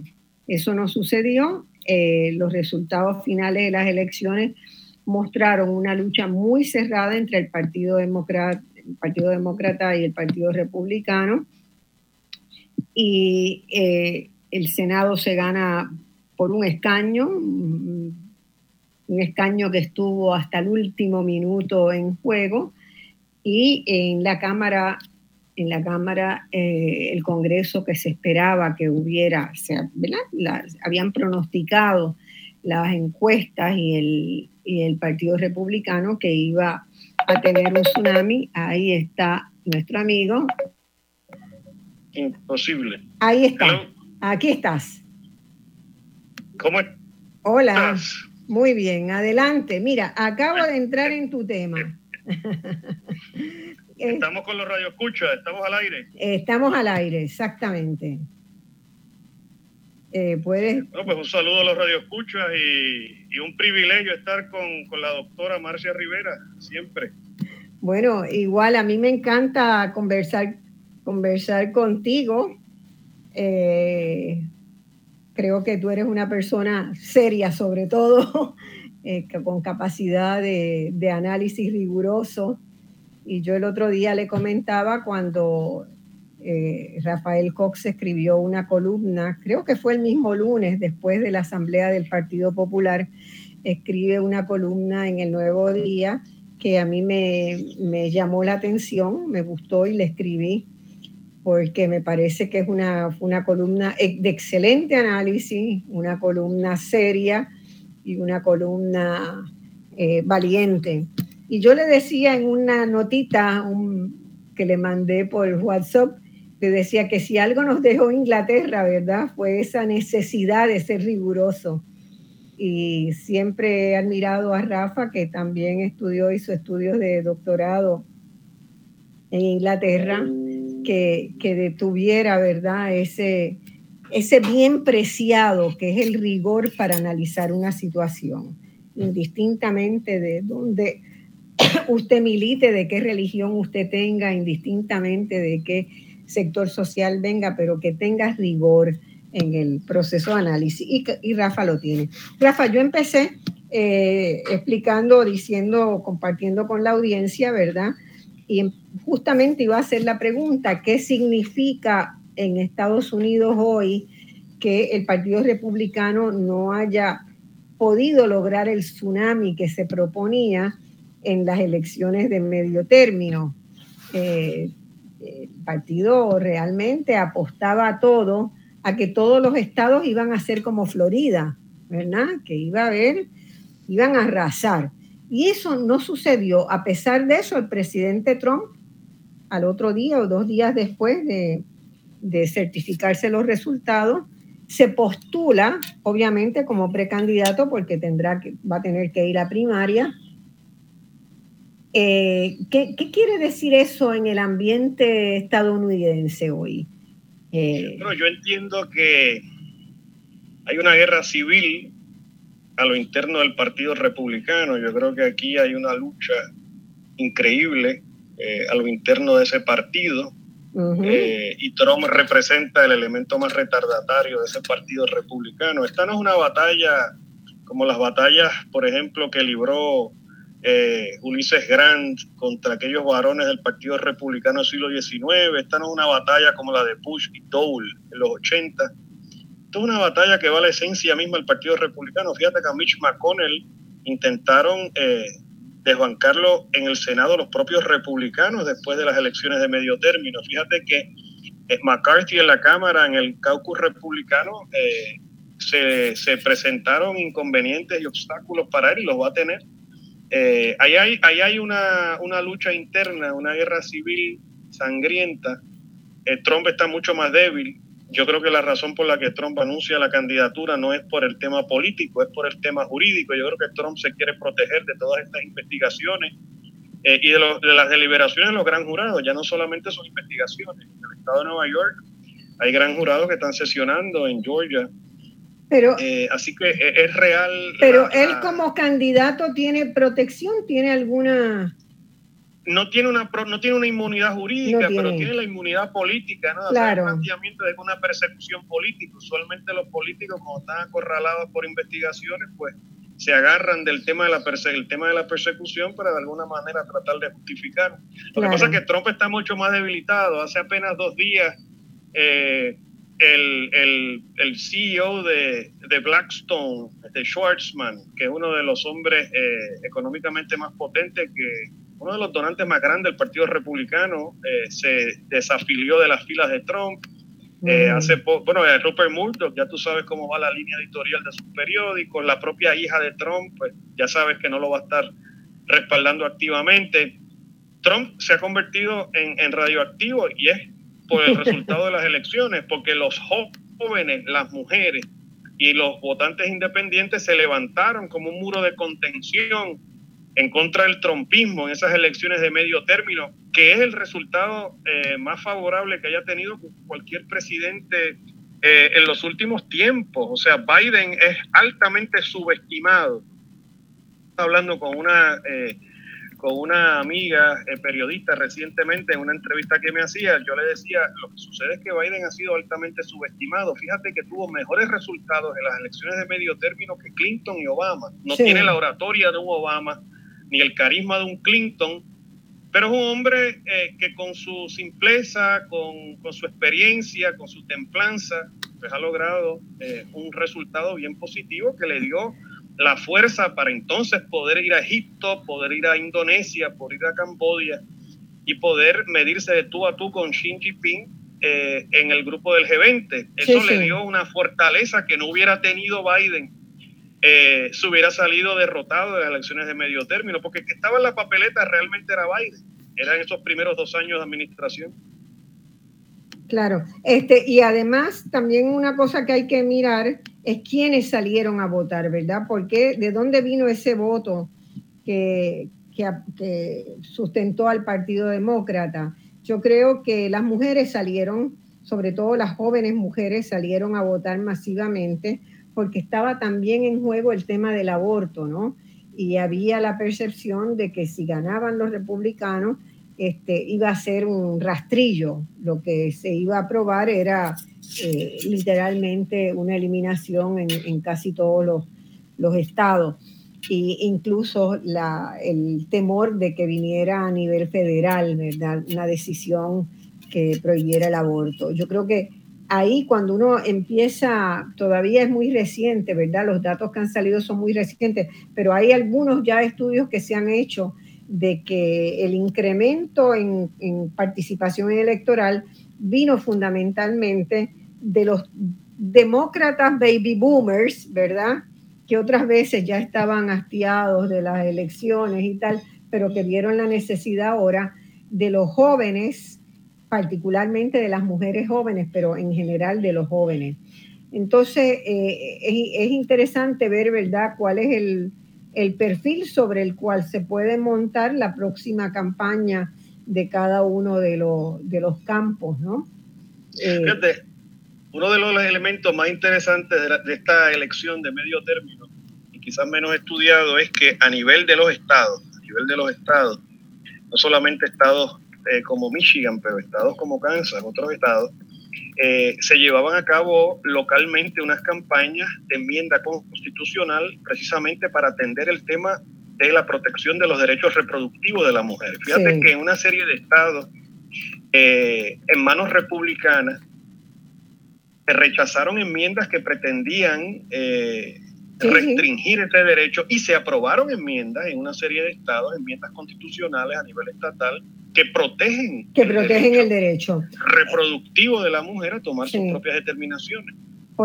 Los resultados finales de las elecciones mostraron una lucha muy cerrada entre el Partido Demócrata y el Partido Republicano, y el Senado se gana por un escaño que estuvo hasta el último minuto en juego, y en la Cámara el Congreso que se esperaba que hubiera, ¿verdad? Habían pronosticado las encuestas y el Partido Republicano que iba a tener un tsunami. Ahí está nuestro amigo. Imposible. Ahí está. Hello. Aquí estás. ¿Cómo estás? Hola, muy bien, adelante. Mira, acabo de entrar en tu tema. Estamos con los radioescuchas, estamos al aire. Estamos al aire, exactamente. ¿Puedes? Bueno, pues un saludo a los radioescuchas y un privilegio estar con la doctora Marcia Rivera, siempre. Bueno, igual a mí me encanta conversar contigo. Creo que tú eres una persona seria, sobre todo, con capacidad de análisis riguroso. Y yo el otro día le comentaba cuando Rafael Cox escribió una columna, creo que fue el mismo lunes, después de la Asamblea del Partido Popular, escribe una columna en El Nuevo Día que a mí me llamó la atención, me gustó y le escribí, porque me parece que es una columna de excelente análisis, una columna seria y una columna valiente. Y yo le decía en una notita que le mandé por WhatsApp, le decía que si algo nos dejó Inglaterra, ¿verdad?, fue esa necesidad de ser riguroso. Y siempre he admirado a Rafa, que también hizo estudios de doctorado en Inglaterra, que detuviera, ¿verdad?, ese bien preciado que es el rigor para analizar una situación, indistintamente de dónde usted milite, de qué religión usted tenga, indistintamente de qué sector social venga, pero que tenga rigor en el proceso de análisis. Y Rafa lo tiene. Rafa, yo empecé explicando, compartiendo con la audiencia, ¿verdad?, y justamente iba a hacer la pregunta, ¿qué significa en Estados Unidos hoy que el Partido Republicano no haya podido lograr el tsunami que se proponía en las elecciones de medio término? El partido realmente apostaba a todo, a que todos los estados iban a ser como Florida, ¿verdad?, que iban a arrasar. Y eso no sucedió. A pesar de eso, el presidente Trump, al otro día o 2 días después de certificarse los resultados, se postula, obviamente, como precandidato, porque va a tener que ir a primaria. ¿Qué quiere decir eso en el ambiente estadounidense hoy? Bueno, yo entiendo que hay una guerra civil a lo interno del Partido Republicano. Yo creo que aquí hay una lucha increíble a lo interno de ese partido. Uh-huh. Y Trump representa el elemento más retardatario de ese partido republicano. Esta no es una batalla como las batallas, por ejemplo, que libró Ulysses Grant contra aquellos varones del Partido Republicano del siglo XIX. Esta no es una batalla como la de Bush y Dole en los 80. Esta es una batalla que va a la esencia misma del Partido Republicano. Fíjate que a Mitch McConnell intentaron desbancarlo en el Senado los propios republicanos después de las elecciones de medio término. Fíjate que McCarthy en la Cámara, en el caucus republicano, se presentaron inconvenientes y obstáculos para él, y los va a tener. Ahí hay una lucha interna, una guerra civil sangrienta. Trump está mucho más débil. Yo creo que la razón por la que Trump anuncia la candidatura no es por el tema político, es por el tema jurídico. Yo creo que Trump se quiere proteger de todas estas investigaciones y de las deliberaciones de los gran jurados. Ya no solamente son investigaciones. En el estado de Nueva York hay gran jurados que están sesionando, en Georgia. Pero, así que es real. Pero él como candidato tiene protección, tiene alguna... No tiene una inmunidad jurídica, pero tiene la inmunidad política, ¿no? Claro. O sea, el planteamiento de una persecución política. Usualmente los políticos, cuando están acorralados por investigaciones, pues se agarran del tema de la persecución para de alguna manera tratar de justificar. Lo que pasa es que Trump está mucho más debilitado. Hace apenas 2 días el CEO de Blackstone, de Schwarzman, que es uno de los hombres económicamente más potentes, uno de los donantes más grandes del Partido Republicano, se desafilió de las filas de Trump. Rupert Murdoch, ya tú sabes cómo va la línea editorial de sus periódicos. La propia hija de Trump, pues ya sabes que no lo va a estar respaldando activamente. Trump se ha convertido en radioactivo, y es por el resultado de las elecciones, porque los jóvenes, las mujeres y los votantes independientes se levantaron como un muro de contención en contra del trumpismo en esas elecciones de medio término, que es el resultado más favorable que haya tenido cualquier presidente en los últimos tiempos. O sea, Biden es altamente subestimado. Estaba hablando con una amiga periodista recientemente en una entrevista que me hacía. Yo le decía, lo que sucede es que Biden ha sido altamente subestimado. Fíjate que tuvo mejores resultados en las elecciones de medio término que Clinton y Obama. No tiene la oratoria de un Obama ni el carisma de un Clinton, pero es un hombre que con su simpleza, con su experiencia, con su templanza, pues ha logrado un resultado bien positivo que le dio la fuerza para entonces poder ir a Egipto, poder ir a Indonesia, poder ir a Camboya y poder medirse de tú a tú con Xi Jinping en el grupo del G20. Eso le dio una fortaleza que no hubiera tenido Biden se hubiera salido derrotado de las elecciones de medio término, porque el que estaba en la papeleta realmente era Biden, eran esos primeros 2 años de administración. Claro, y además también una cosa que hay que mirar es quiénes salieron a votar, ¿verdad? Porque de dónde vino ese voto que sustentó al Partido Demócrata. Yo creo que las mujeres salieron, sobre todo las jóvenes mujeres salieron a votar masivamente, porque estaba también en juego el tema del aborto, ¿no? Y había la percepción de que si ganaban los republicanos, iba a ser un rastrillo. Lo que se iba a aprobar era literalmente una eliminación en casi todos los estados. E incluso el temor de que viniera a nivel federal, ¿verdad? Una decisión que prohibiera el aborto. Yo creo que ahí cuando uno empieza, todavía es muy reciente, ¿verdad? Los datos que han salido son muy recientes, pero hay algunos ya estudios que se han hecho de que el incremento en participación electoral vino fundamentalmente de los demócratas baby boomers, ¿verdad? Que otras veces ya estaban hastiados de las elecciones y tal, pero que vieron la necesidad ahora de los jóvenes, particularmente de las mujeres jóvenes, pero en general de los jóvenes. Entonces, es interesante ver, ¿verdad?, cuál es el perfil sobre el cual se puede montar la próxima campaña de cada uno de los campos, ¿no? Fíjate, uno de los elementos más interesantes de esta elección de medio término, y quizás menos estudiado, es que a nivel de los estados, no solamente estados como Michigan, pero estados como Kansas, otros estados, se llevaban a cabo localmente unas campañas de enmienda constitucional precisamente para atender el tema de la protección de los derechos reproductivos de la mujer. Fíjate que en una serie de estados en manos republicanas se rechazaron enmiendas que pretendían restringir ese derecho y se aprobaron enmiendas en una serie de estados, enmiendas constitucionales a nivel estatal que protegen el derecho reproductivo de la mujer a tomar sus propias determinaciones. Por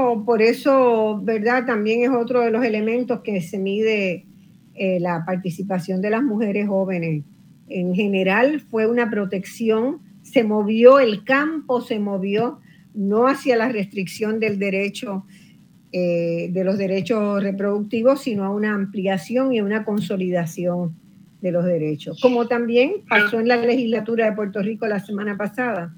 eso, ¿verdad? También es otro de los elementos que se mide la participación de las mujeres jóvenes. En general fue una protección, el campo se movió no hacia la restricción del derecho de los derechos reproductivos, sino a una ampliación y una consolidación de los derechos, como también pasó en la legislatura de Puerto Rico la semana pasada,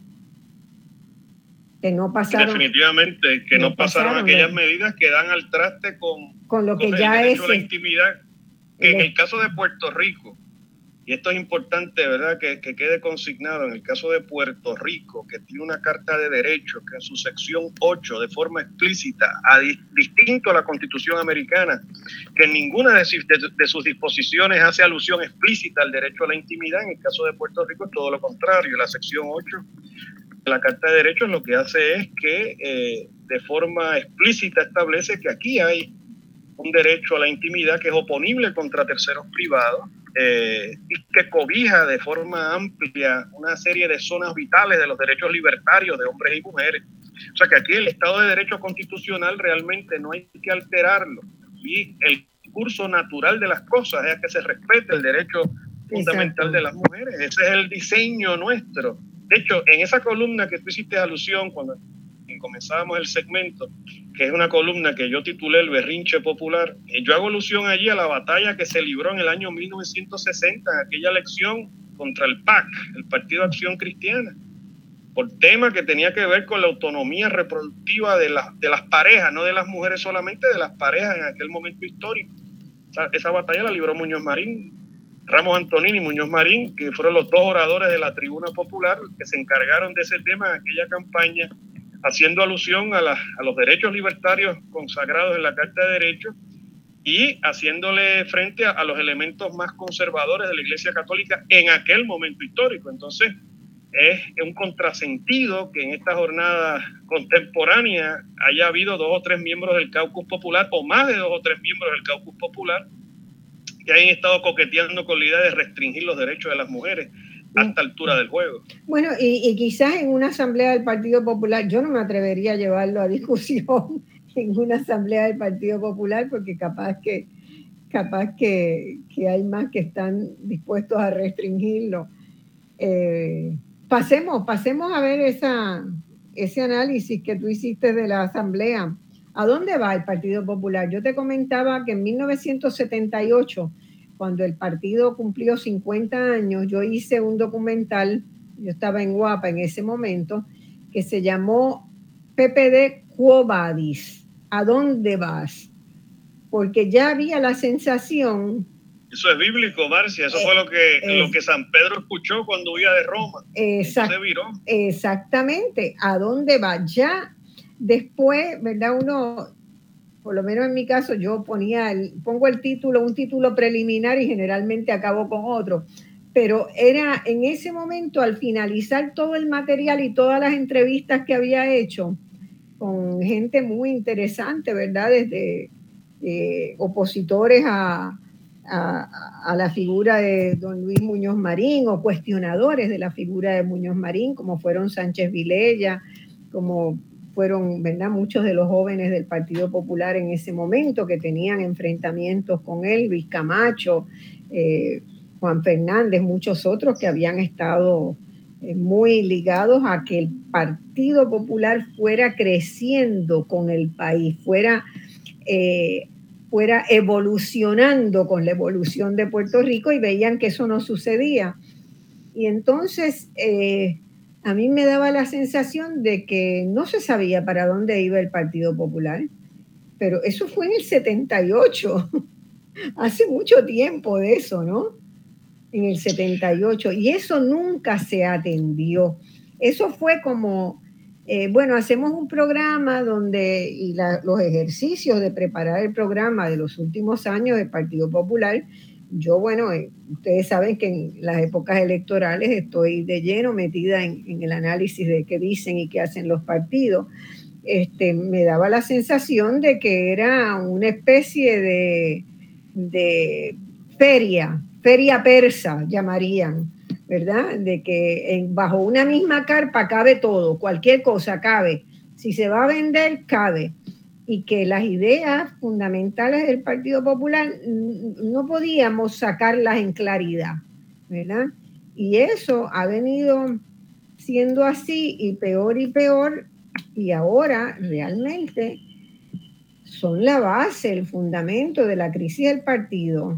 que no pasaron. Definitivamente, que no pasaron aquellas medidas que dan al traste con lo que ya es a la intimidad, que en el caso de Puerto Rico, y esto es importante, ¿verdad?, que quede consignado, en el caso de Puerto Rico, que tiene una Carta de Derechos que en su sección 8, de forma explícita, distinto a la Constitución americana, que en ninguna de sus disposiciones hace alusión explícita al derecho a la intimidad. En el caso de Puerto Rico es todo lo contrario. La sección 8 de la Carta de Derechos lo que hace es que de forma explícita establece que aquí hay un derecho a la intimidad que es oponible contra terceros privados, y que cobija de forma amplia una serie de zonas vitales de los derechos libertarios de hombres y mujeres. O sea que aquí el Estado de Derecho constitucional realmente no hay que alterarlo, y el curso natural de las cosas es a que se respete el derecho fundamental de las mujeres. Ese es el diseño nuestro. De hecho, en esa columna que tú hiciste alusión cuando comenzábamos el segmento, que es una columna que yo titulé El Berrinche Popular, yo hago alusión allí a la batalla que se libró en el año 1960, en aquella elección contra el PAC, el Partido Acción Cristiana, por tema que tenía que ver con la autonomía reproductiva de las parejas, no de las mujeres solamente, de las parejas en aquel momento histórico. Esa batalla la libró Muñoz Marín, Ramos Antonini y Muñoz Marín, que fueron los dos oradores de la Tribuna Popular que se encargaron de ese tema en aquella campaña, haciendo alusión a los derechos libertarios consagrados en la Carta de Derechos y haciéndole frente a los elementos más conservadores de la Iglesia Católica en aquel momento histórico. Entonces, es un contrasentido que en esta jornada contemporánea haya habido 2 o 3 miembros del Caucus Popular, o más de 2 o 3 miembros del Caucus Popular, que hayan estado coqueteando con la idea de restringir los derechos de las mujeres a esta altura del juego. Bueno, y quizás en una asamblea del Partido Popular, yo no me atrevería a llevarlo a discusión en una asamblea del Partido Popular, porque capaz que hay más que están dispuestos a restringirlo. Pasemos a ver ese análisis que tú hiciste de la asamblea. ¿A dónde va el Partido Popular? Yo te comentaba que en 1978, cuando el partido cumplió 50 años, yo hice un documental, yo estaba en Guapa en ese momento, que se llamó PPD Quo Vadis, ¿a dónde vas? Porque ya había la sensación... Eso es bíblico, Marcia, eso fue lo que San Pedro escuchó cuando huía de Roma. Se viró. Exactamente, ¿a dónde va? Ya después, ¿verdad? Uno, por lo menos en mi caso, yo pongo el título, un título preliminar y generalmente acabo con otro. Pero era en ese momento, al finalizar todo el material y todas las entrevistas que había hecho con gente muy interesante, ¿verdad? Desde opositores a la figura de don Luis Muñoz Marín o cuestionadores de la figura de Muñoz Marín, como fueron Sánchez Vilella, como fueron, ¿verdad?, muchos de los jóvenes del Partido Popular en ese momento que tenían enfrentamientos con él, Luis Camacho, Juan Fernández, muchos otros que habían estado muy ligados a que el Partido Popular fuera creciendo con el país, fuera evolucionando con la evolución de Puerto Rico, y veían que eso no sucedía. Y entonces a mí me daba la sensación de que no se sabía para dónde iba el Partido Popular, pero eso fue en el 78, hace mucho tiempo de eso, ¿no? En el 78, y eso nunca se atendió. Eso fue como... hacemos un programa donde los ejercicios de preparar el programa de los últimos años del Partido Popular, yo, ustedes saben que en las épocas electorales estoy de lleno metida en el análisis de qué dicen y qué hacen los partidos. Me daba la sensación de que era una especie de feria persa, llamarían, ¿verdad? De que bajo una misma carpa cabe todo, cualquier cosa cabe. Si se va a vender, cabe. Y que las ideas fundamentales del Partido Popular no podíamos sacarlas en claridad, ¿verdad? Y eso ha venido siendo así y peor, y ahora realmente son la base, el fundamento de la crisis del partido.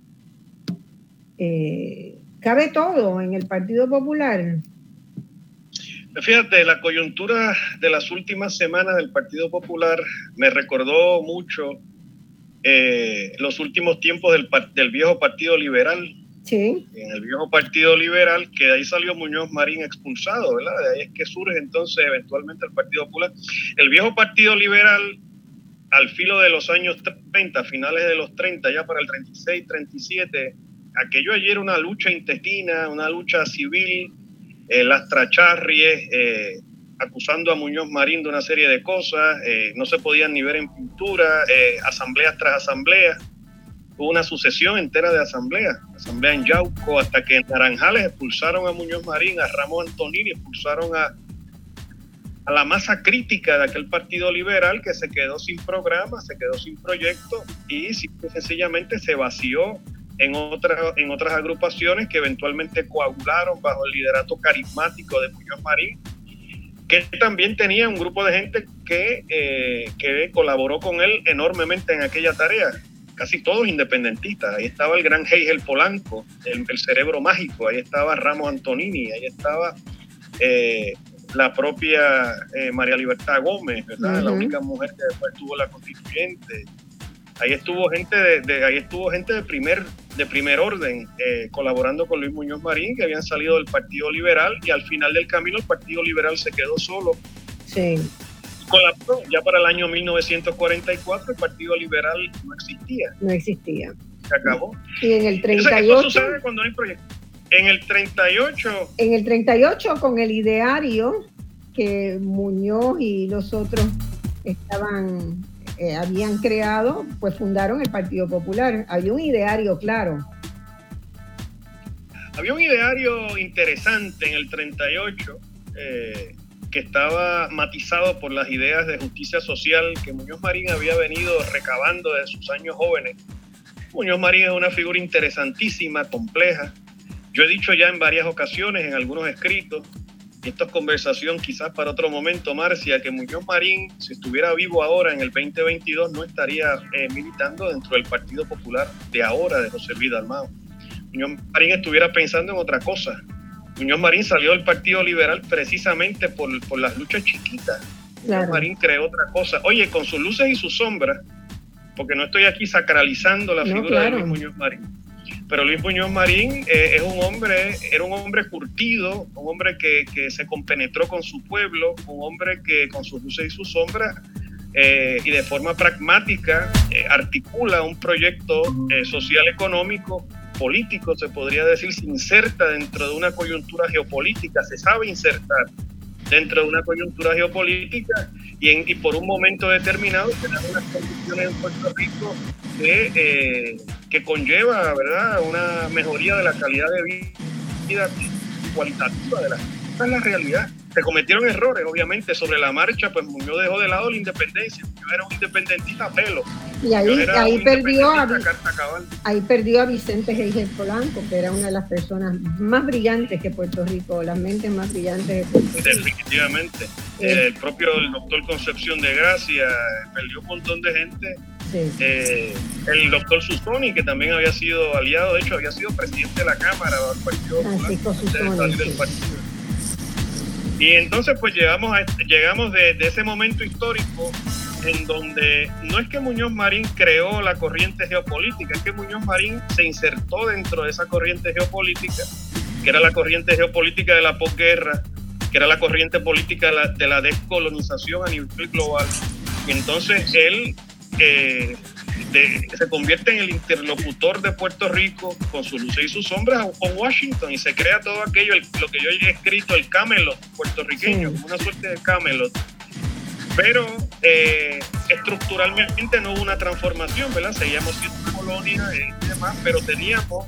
Cabe todo en el Partido Popular. Fíjate, la coyuntura de las últimas semanas del Partido Popular me recordó mucho los últimos tiempos del viejo Partido Liberal. Sí. En el viejo Partido Liberal, que de ahí salió Muñoz Marín expulsado, ¿verdad? De ahí es que surge entonces eventualmente el Partido Popular. El viejo Partido Liberal, al filo de los años 30, finales de los 30, ya para el 36, 37, aquello allí era una lucha intestina, una lucha civil, las tracharries, acusando a Muñoz Marín de una serie de cosas, no se podían ni ver en pintura, asambleas tras asambleas. Hubo una sucesión entera de asambleas, asamblea en Yauco, hasta que en Naranjales expulsaron a Muñoz Marín, a Ramos Antonini, expulsaron a la masa crítica de aquel Partido Liberal, que se quedó sin programa, se quedó sin proyecto y sencillamente se vació en otras agrupaciones que eventualmente coagularon bajo el liderato carismático de Muñoz Marín. que también tenía un grupo de gente que colaboró con él enormemente en aquella tarea, casi todos independentistas. Ahí estaba el gran Hegel Polanco, el cerebro mágico, ahí estaba Ramos Antonini, ahí estaba la propia María Libertad Gómez, ¿verdad? La única mujer que después tuvo la constituyente. Ahí estuvo gente de primer orden colaborando con Luis Muñoz Marín, que habían salido del Partido Liberal, y al final del camino el Partido Liberal se quedó solo. Sí. Colapsó. Ya para el año 1944 el Partido Liberal no existía. No existía. Se acabó. Y en el 38... Entonces, ¿qué sucede cuando hay proyectos? En el 38, con el ideario que Muñoz y los otros habían creado, pues fundaron el Partido Popular. Había un ideario claro. Había un ideario interesante en el 38 que estaba matizado por las ideas de justicia social que Muñoz Marín había venido recabando desde sus años jóvenes. Muñoz Marín es una figura interesantísima, compleja. Yo he dicho ya en varias ocasiones, en algunos escritos, y esto es conversación quizás para otro momento, Marcia, que Muñoz Marín, si estuviera vivo ahora en el 2022, no estaría militando dentro del Partido Popular de ahora, de José Luis Dalmau. Muñoz Marín estuviera pensando en otra cosa. Muñoz Marín salió del Partido Liberal precisamente por las luchas chiquitas. Claro. Muñoz Marín creó otra cosa. Oye, con sus luces y sus sombras, porque no estoy aquí sacralizando la figura de Luis Muñoz Marín. Pero Luis Muñoz Marín era un hombre curtido, un hombre que se compenetró con su pueblo, un hombre que con sus luces y sus sombras y de forma pragmática articula un proyecto social, económico, político, se podría decir, se inserta dentro de una coyuntura geopolítica, se sabe insertar dentro de una coyuntura geopolítica y por un momento determinado se dan unas condiciones en Puerto Rico que conlleva, ¿verdad?, una mejoría de la calidad de vida cualitativa de la gente. Esa es la realidad. Se cometieron errores, obviamente, sobre la marcha, pues Muñoz dejó de lado la independencia. Muñoz era un independentista a pelo. Y ahí perdió a Vicente Hegel Polanco, que era una de las personas más brillantes que Puerto Rico, las mentes más brillantes de Puerto Rico. Definitivamente. El propio doctor Concepción de Gracia perdió un montón de gente. Sí. El doctor Susoni, que también había sido aliado, de hecho había sido presidente de la Cámara del Partido Popular, del partido. Y entonces pues llegamos de ese momento histórico en donde no es que Muñoz Marín creó la corriente geopolítica, es que Muñoz Marín se insertó dentro de esa corriente geopolítica, que era la corriente geopolítica de la posguerra, que era la corriente política de la descolonización a nivel global. Y entonces él se convierte en el interlocutor de Puerto Rico con sus luces y sus sombras con Washington, y se crea todo aquello, lo que yo he escrito, el Camelot puertorriqueño, como una suerte de Camelot. Pero estructuralmente no hubo una transformación, ¿verdad? Seguíamos siendo una colonia y demás, pero teníamos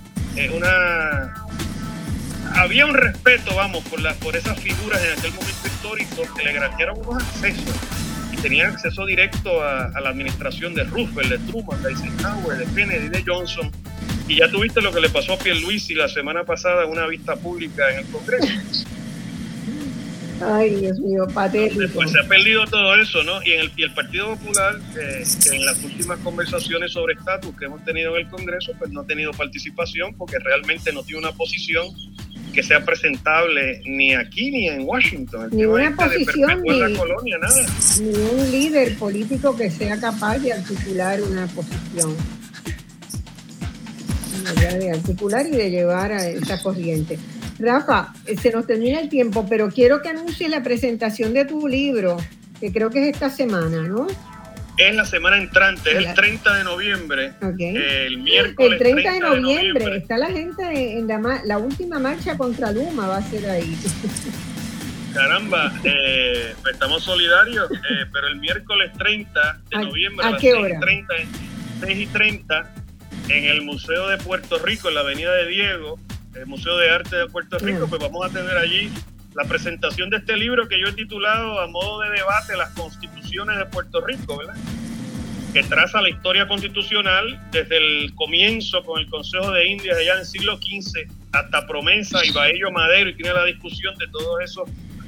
había un respeto, vamos, por esas figuras en aquel momento histórico que le granjearon unos accesos. Tenían acceso directo a la administración de Roosevelt, de Truman, de Eisenhower, de Kennedy, de Johnson. Y ya tuviste lo que le pasó a Pierluisi la semana pasada en una vista pública en el Congreso. Ay, Dios mío, patético. Después se ha perdido todo eso, ¿no? Y el Partido Popular, que en las últimas conversaciones sobre estatus que hemos tenido en el Congreso, pues no ha tenido participación porque realmente no tiene una posición que sea presentable ni aquí ni en Washington. Ni una posición, ni la colonia, nada. Ni un líder político que sea capaz de articular una posición. De articular y de llevar a esa corriente. Rafa, se nos termina el tiempo, pero quiero que anuncies la presentación de tu libro, que creo que es esta semana, ¿no? Es la semana entrante, es el 30 de noviembre, el El miércoles 30 de noviembre. Está la gente en la última marcha contra Luma, va a ser ahí. Caramba, estamos solidarios, pero el miércoles 30 de noviembre ¿a qué hora? 6:30, en el Museo de Puerto Rico, en la Avenida de Diego, el Museo de Arte de Puerto Rico, pues vamos a tener allí la presentación de este libro que yo he titulado a modo de debate Las Constituciones de Puerto Rico, ¿verdad? Que traza la historia constitucional desde el comienzo con el Consejo de Indias allá en el siglo XV hasta Promesa y Baello Madero, y tiene la discusión de todos esos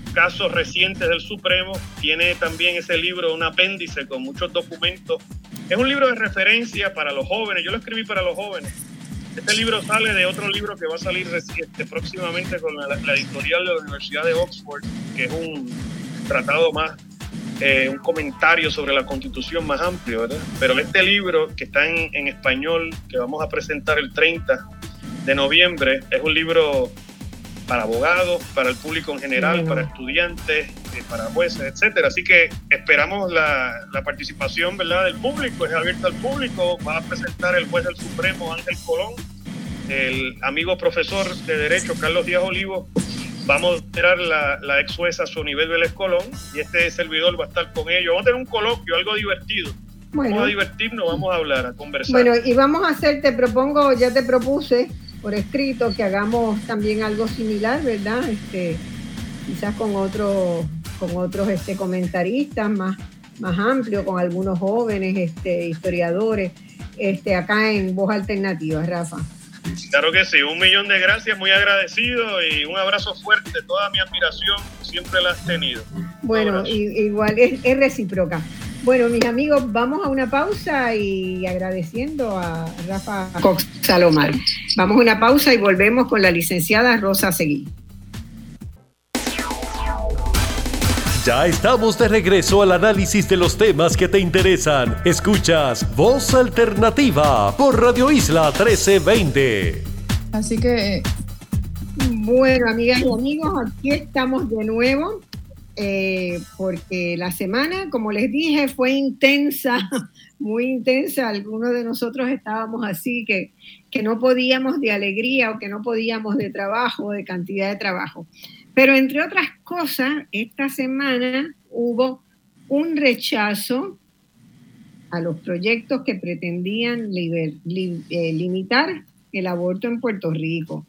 casos recientes del Supremo. Tiene también ese libro un apéndice con muchos documentos. Es un libro de referencia para los jóvenes. Yo lo escribí para los jóvenes. Este libro sale de otro libro que va a salir próximamente con la editorial de la Universidad de Oxford, que es un tratado más, un comentario sobre la Constitución más amplio, ¿verdad? Pero este libro, que está en español, que vamos a presentar el 30 de noviembre, es un libro para abogados, para el público en general, para estudiantes, para jueces, etcétera. Así que esperamos la participación, ¿verdad?, del público. Es abierto al público. Va a presentar el juez del Supremo, Ángel Colón, el amigo profesor de Derecho, Carlos Díaz Olivo. Vamos a esperar la ex jueza Sonibel Vélez Colón, y este servidor va a estar con ellos. Vamos a tener un coloquio, algo divertido. Bueno, vamos a divertirnos, vamos a hablar, a conversar. Bueno, y vamos a hacer, te propuse por escrito que hagamos también algo similar, ¿verdad? Quizás con otros comentaristas más amplios, con algunos jóvenes historiadores, acá en Voz Alternativa, Rafa. Claro que sí, 1.000.000 de gracias, muy agradecido, y un abrazo fuerte, toda mi admiración siempre la has tenido. Bueno, igual es recíproca. Bueno, mis amigos, vamos a una pausa y agradeciendo a Rafa Cox Salomar. Vamos a una pausa y volvemos con la licenciada Rosa Seguí. Ya estamos de regreso al análisis de los temas que te interesan. Escuchas Voz Alternativa por Radio Isla 1320. Así que... Bueno, amigas y amigos, aquí estamos de nuevo. Porque la semana, como les dije, fue intensa, muy intensa. Algunos de nosotros estábamos así que no podíamos de alegría, o que no podíamos de trabajo, de cantidad de trabajo. Pero entre otras cosas, esta semana hubo un rechazo a los proyectos que pretendían limitar el aborto en Puerto Rico.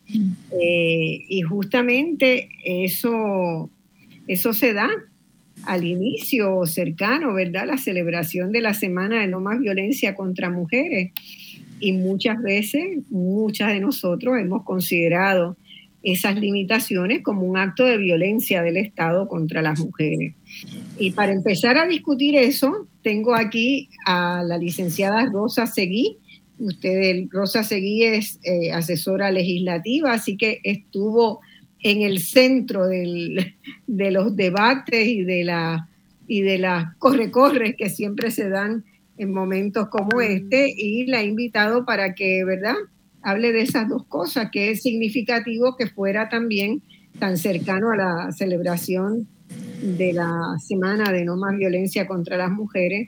Y justamente eso se da al inicio cercano, ¿verdad? La celebración de la Semana de No Más Violencia contra Mujeres. Y muchas veces, muchas de nosotros hemos considerado esas limitaciones como un acto de violencia del Estado contra las mujeres. Y para empezar a discutir eso, tengo aquí a la licenciada Rosa Seguí. Rosa Seguí es asesora legislativa, así que estuvo en el centro de los debates y de las corre-corres que siempre se dan en momentos como este, y la he invitado para que, ¿verdad?, hable de esas dos cosas, que es significativo que fuera también tan cercano a la celebración de la Semana de No Más Violencia contra las Mujeres.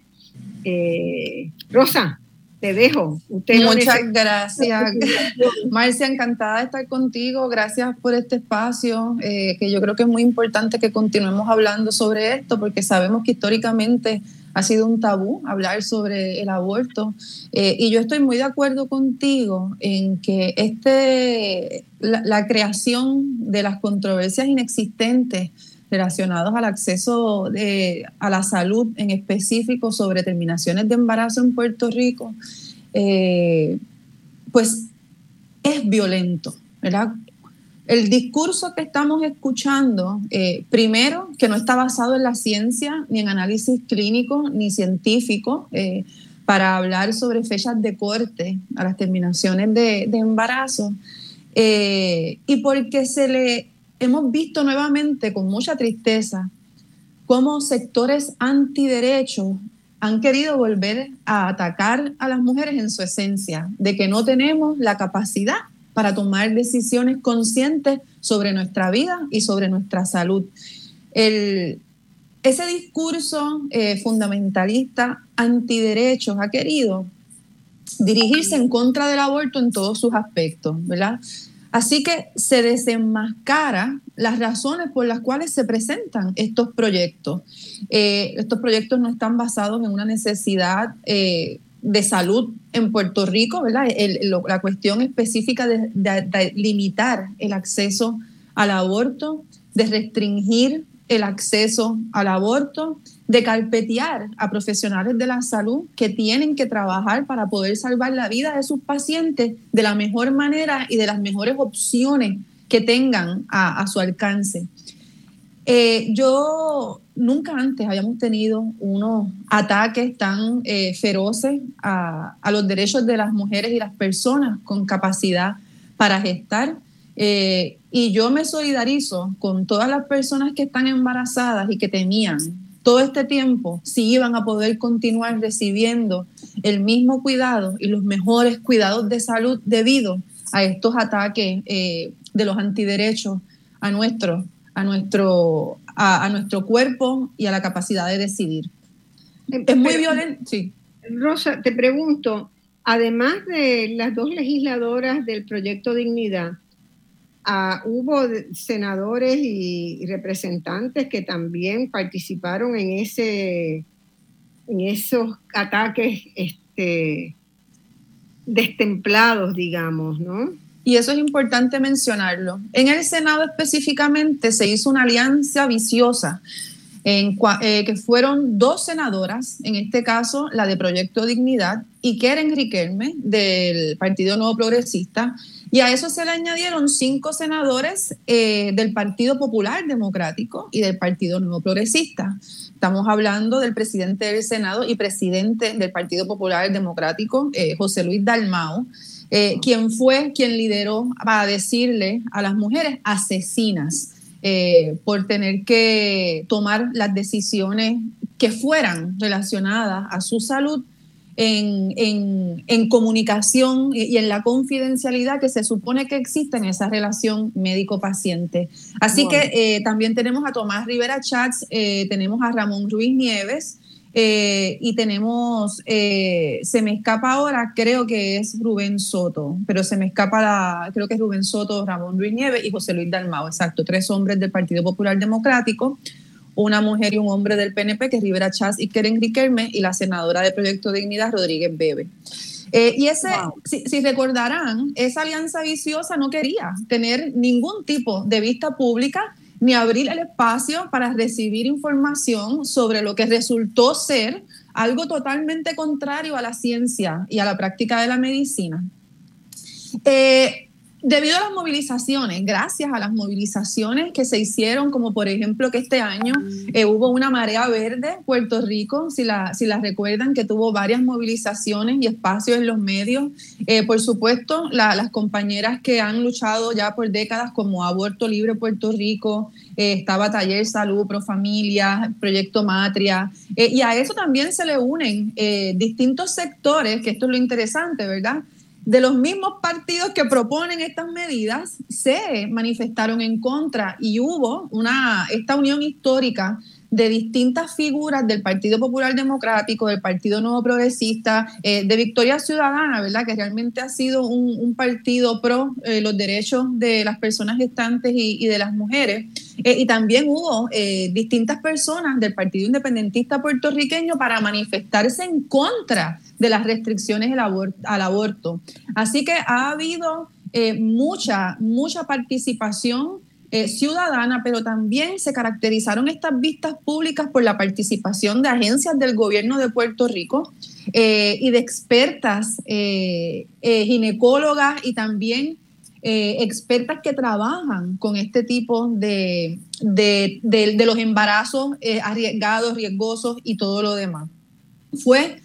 Rosa, te dejo. Muchas gracias, Marcia, encantada de estar contigo. Gracias por este espacio, que yo creo que es muy importante que continuemos hablando sobre esto, porque sabemos que históricamente ha sido un tabú hablar sobre el aborto, y yo estoy muy de acuerdo contigo en que la creación de las controversias inexistentes relacionados al acceso a la salud, en específico sobre terminaciones de embarazo en Puerto Rico, pues es violento, ¿verdad? El discurso que estamos escuchando, primero, que no está basado en la ciencia, ni en análisis clínico, ni científico, para hablar sobre fechas de corte a las terminaciones de embarazo, y porque hemos visto nuevamente con mucha tristeza cómo sectores antiderechos han querido volver a atacar a las mujeres en su esencia, de que no tenemos la capacidad para tomar decisiones conscientes sobre nuestra vida y sobre nuestra salud. Ese discurso fundamentalista antiderechos ha querido dirigirse en contra del aborto en todos sus aspectos, ¿verdad? Así que se desenmascara las razones por las cuales se presentan estos proyectos. Estos proyectos no están basados en una necesidad de salud en Puerto Rico, ¿verdad? La cuestión específica de limitar el acceso al aborto, de restringir el acceso al aborto, de carpetear a profesionales de la salud que tienen que trabajar para poder salvar la vida de sus pacientes de la mejor manera y de las mejores opciones que tengan a su alcance. Yo nunca antes habíamos tenido unos ataques tan feroces a los derechos de las mujeres y las personas con capacidad para gestar. Y yo me solidarizo con todas las personas que están embarazadas y que temían todo este tiempo si iban a poder continuar recibiendo el mismo cuidado y los mejores cuidados de salud debido a estos ataques de los antiderechos a nuestro cuerpo y a la capacidad de decidir. Es muy violento. Sí. Rosa, te pregunto, además de las dos legisladoras del Proyecto Dignidad, hubo senadores y representantes que también participaron en esos ataques destemplados, digamos, ¿no? Y eso es importante mencionarlo. En el Senado específicamente se hizo una alianza viciosa que fueron dos senadoras, en este caso la de Proyecto Dignidad y Keren Riquelme del Partido Nuevo Progresista, y a eso se le añadieron 5 senadores del Partido Popular Democrático y del Partido Nuevo Progresista. Estamos hablando del presidente del Senado y presidente del Partido Popular Democrático, José Luis Dalmau, quien lideró para decirle a las mujeres asesinas por tener que tomar las decisiones que fueran relacionadas a su salud en comunicación y en la confidencialidad que se supone que existe en esa relación médico-paciente. Así que también tenemos a Tomás Rivera Chats, tenemos a Ramón Ruiz Nieves, y tenemos, se me escapa ahora, creo que es Rubén Soto, pero se me escapa creo que es Rubén Soto, Ramón Ruiz Nieves y José Luis Dalmau, exacto, 3 hombres del Partido Popular Democrático, una mujer y un hombre del PNP, que es Rivera Chats y Keren Riquelme, y la senadora de Proyecto Dignidad, Rodríguez Bebe. Y si recordarán, esa alianza viciosa no quería tener ningún tipo de vista pública ni abrir el espacio para recibir información sobre lo que resultó ser algo totalmente contrario a la ciencia y a la práctica de la medicina. Debido a las movilizaciones, gracias a las movilizaciones que se hicieron, como por ejemplo que este año hubo una marea verde en Puerto Rico, si la recuerdan, que tuvo varias movilizaciones y espacios en los medios. Por supuesto, las compañeras que han luchado ya por décadas, como Aborto Libre Puerto Rico, estaba Taller Salud, Profamilia, Proyecto Matria, y a eso también se le unen distintos sectores, que esto es lo interesante, ¿verdad?, de los mismos partidos que proponen estas medidas, se manifestaron en contra, y hubo esta unión histórica de distintas figuras del Partido Popular Democrático, del Partido Nuevo Progresista, de Victoria Ciudadana, ¿verdad?, que realmente ha sido un partido pro los derechos de las personas gestantes y de las mujeres. Y también hubo distintas personas del Partido Independentista puertorriqueño para manifestarse en contra de las restricciones al aborto. Así que ha habido mucha participación ciudadana, pero también se caracterizaron estas vistas públicas por la participación de agencias del gobierno de Puerto Rico y de expertas ginecólogas y también expertas que trabajan con este tipo de los embarazos arriesgados, riesgosos y todo lo demás. Fue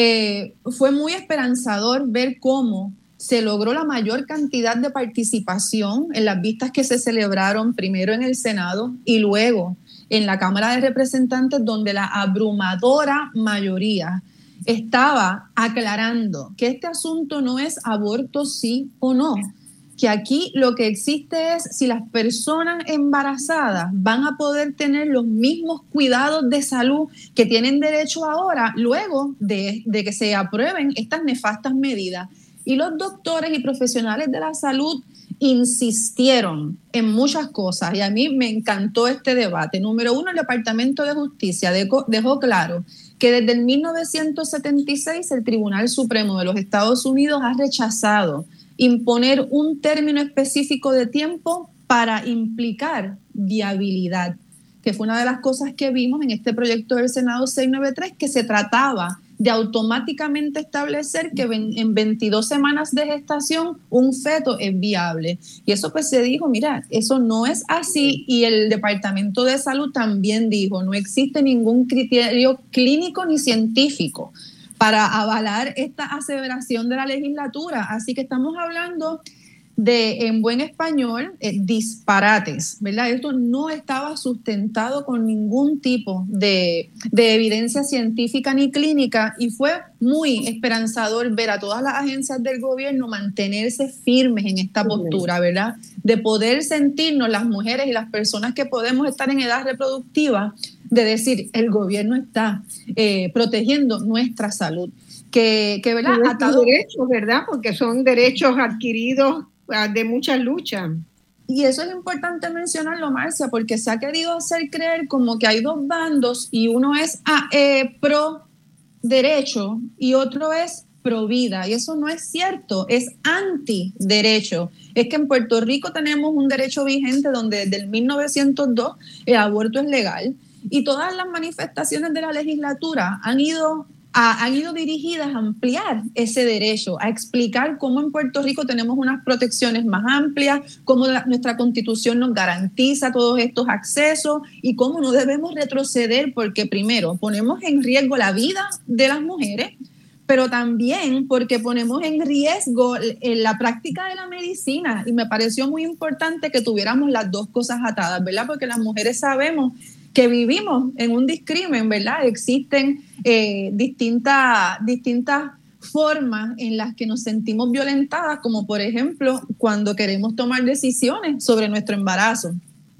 muy esperanzador ver cómo se logró la mayor cantidad de participación en las vistas que se celebraron primero en el Senado y luego en la Cámara de Representantes, donde la abrumadora mayoría estaba aclarando que este asunto no es aborto sí o no, que aquí lo que existe es si las personas embarazadas van a poder tener los mismos cuidados de salud que tienen derecho ahora, luego de que se aprueben estas nefastas medidas. Y los doctores y profesionales de la salud insistieron en muchas cosas, y a mí me encantó este debate. Número 1, el Departamento de Justicia dejó claro que desde el 1976 el Tribunal Supremo de los Estados Unidos ha rechazado imponer un término específico de tiempo para implicar viabilidad, que fue una de las cosas que vimos en este proyecto del Senado 693, que se trataba de automáticamente establecer que en 22 semanas de gestación un feto es viable. Y eso pues se dijo, mira, eso no es así, y el Departamento de Salud también dijo, no existe ningún criterio clínico ni científico para avalar esta aseveración de la legislatura. Así que estamos hablando de, en buen español, disparates, ¿verdad? Esto no estaba sustentado con ningún tipo de evidencia científica ni clínica, y fue muy esperanzador ver a todas las agencias del gobierno mantenerse firmes en esta postura, ¿verdad? De poder sentirnos las mujeres y las personas que podemos estar en edad reproductiva, de decir, el gobierno está protegiendo nuestra salud. ¿Verdad? Atado, derechos, ¿verdad? Porque son derechos adquiridos de muchas luchas. Y eso es importante mencionarlo, Marcia, porque se ha querido hacer creer como que hay dos bandos, y uno es pro derecho y otro es pro vida, y eso no es cierto, es anti derecho. Es que en Puerto Rico tenemos un derecho vigente donde desde el 1902 el aborto es legal, y todas las manifestaciones de la legislatura han ido dirigidas a ampliar ese derecho, a explicar cómo en Puerto Rico tenemos unas protecciones más amplias, cómo nuestra Constitución nos garantiza todos estos accesos y cómo no debemos retroceder, porque primero ponemos en riesgo la vida de las mujeres, pero también porque ponemos en riesgo la práctica de la medicina, y me pareció muy importante que tuviéramos las dos cosas atadas, ¿verdad? Porque las mujeres sabemos que vivimos en un discrimen, ¿verdad? Existen distintas formas en las que nos sentimos violentadas, como por ejemplo cuando queremos tomar decisiones sobre nuestro embarazo,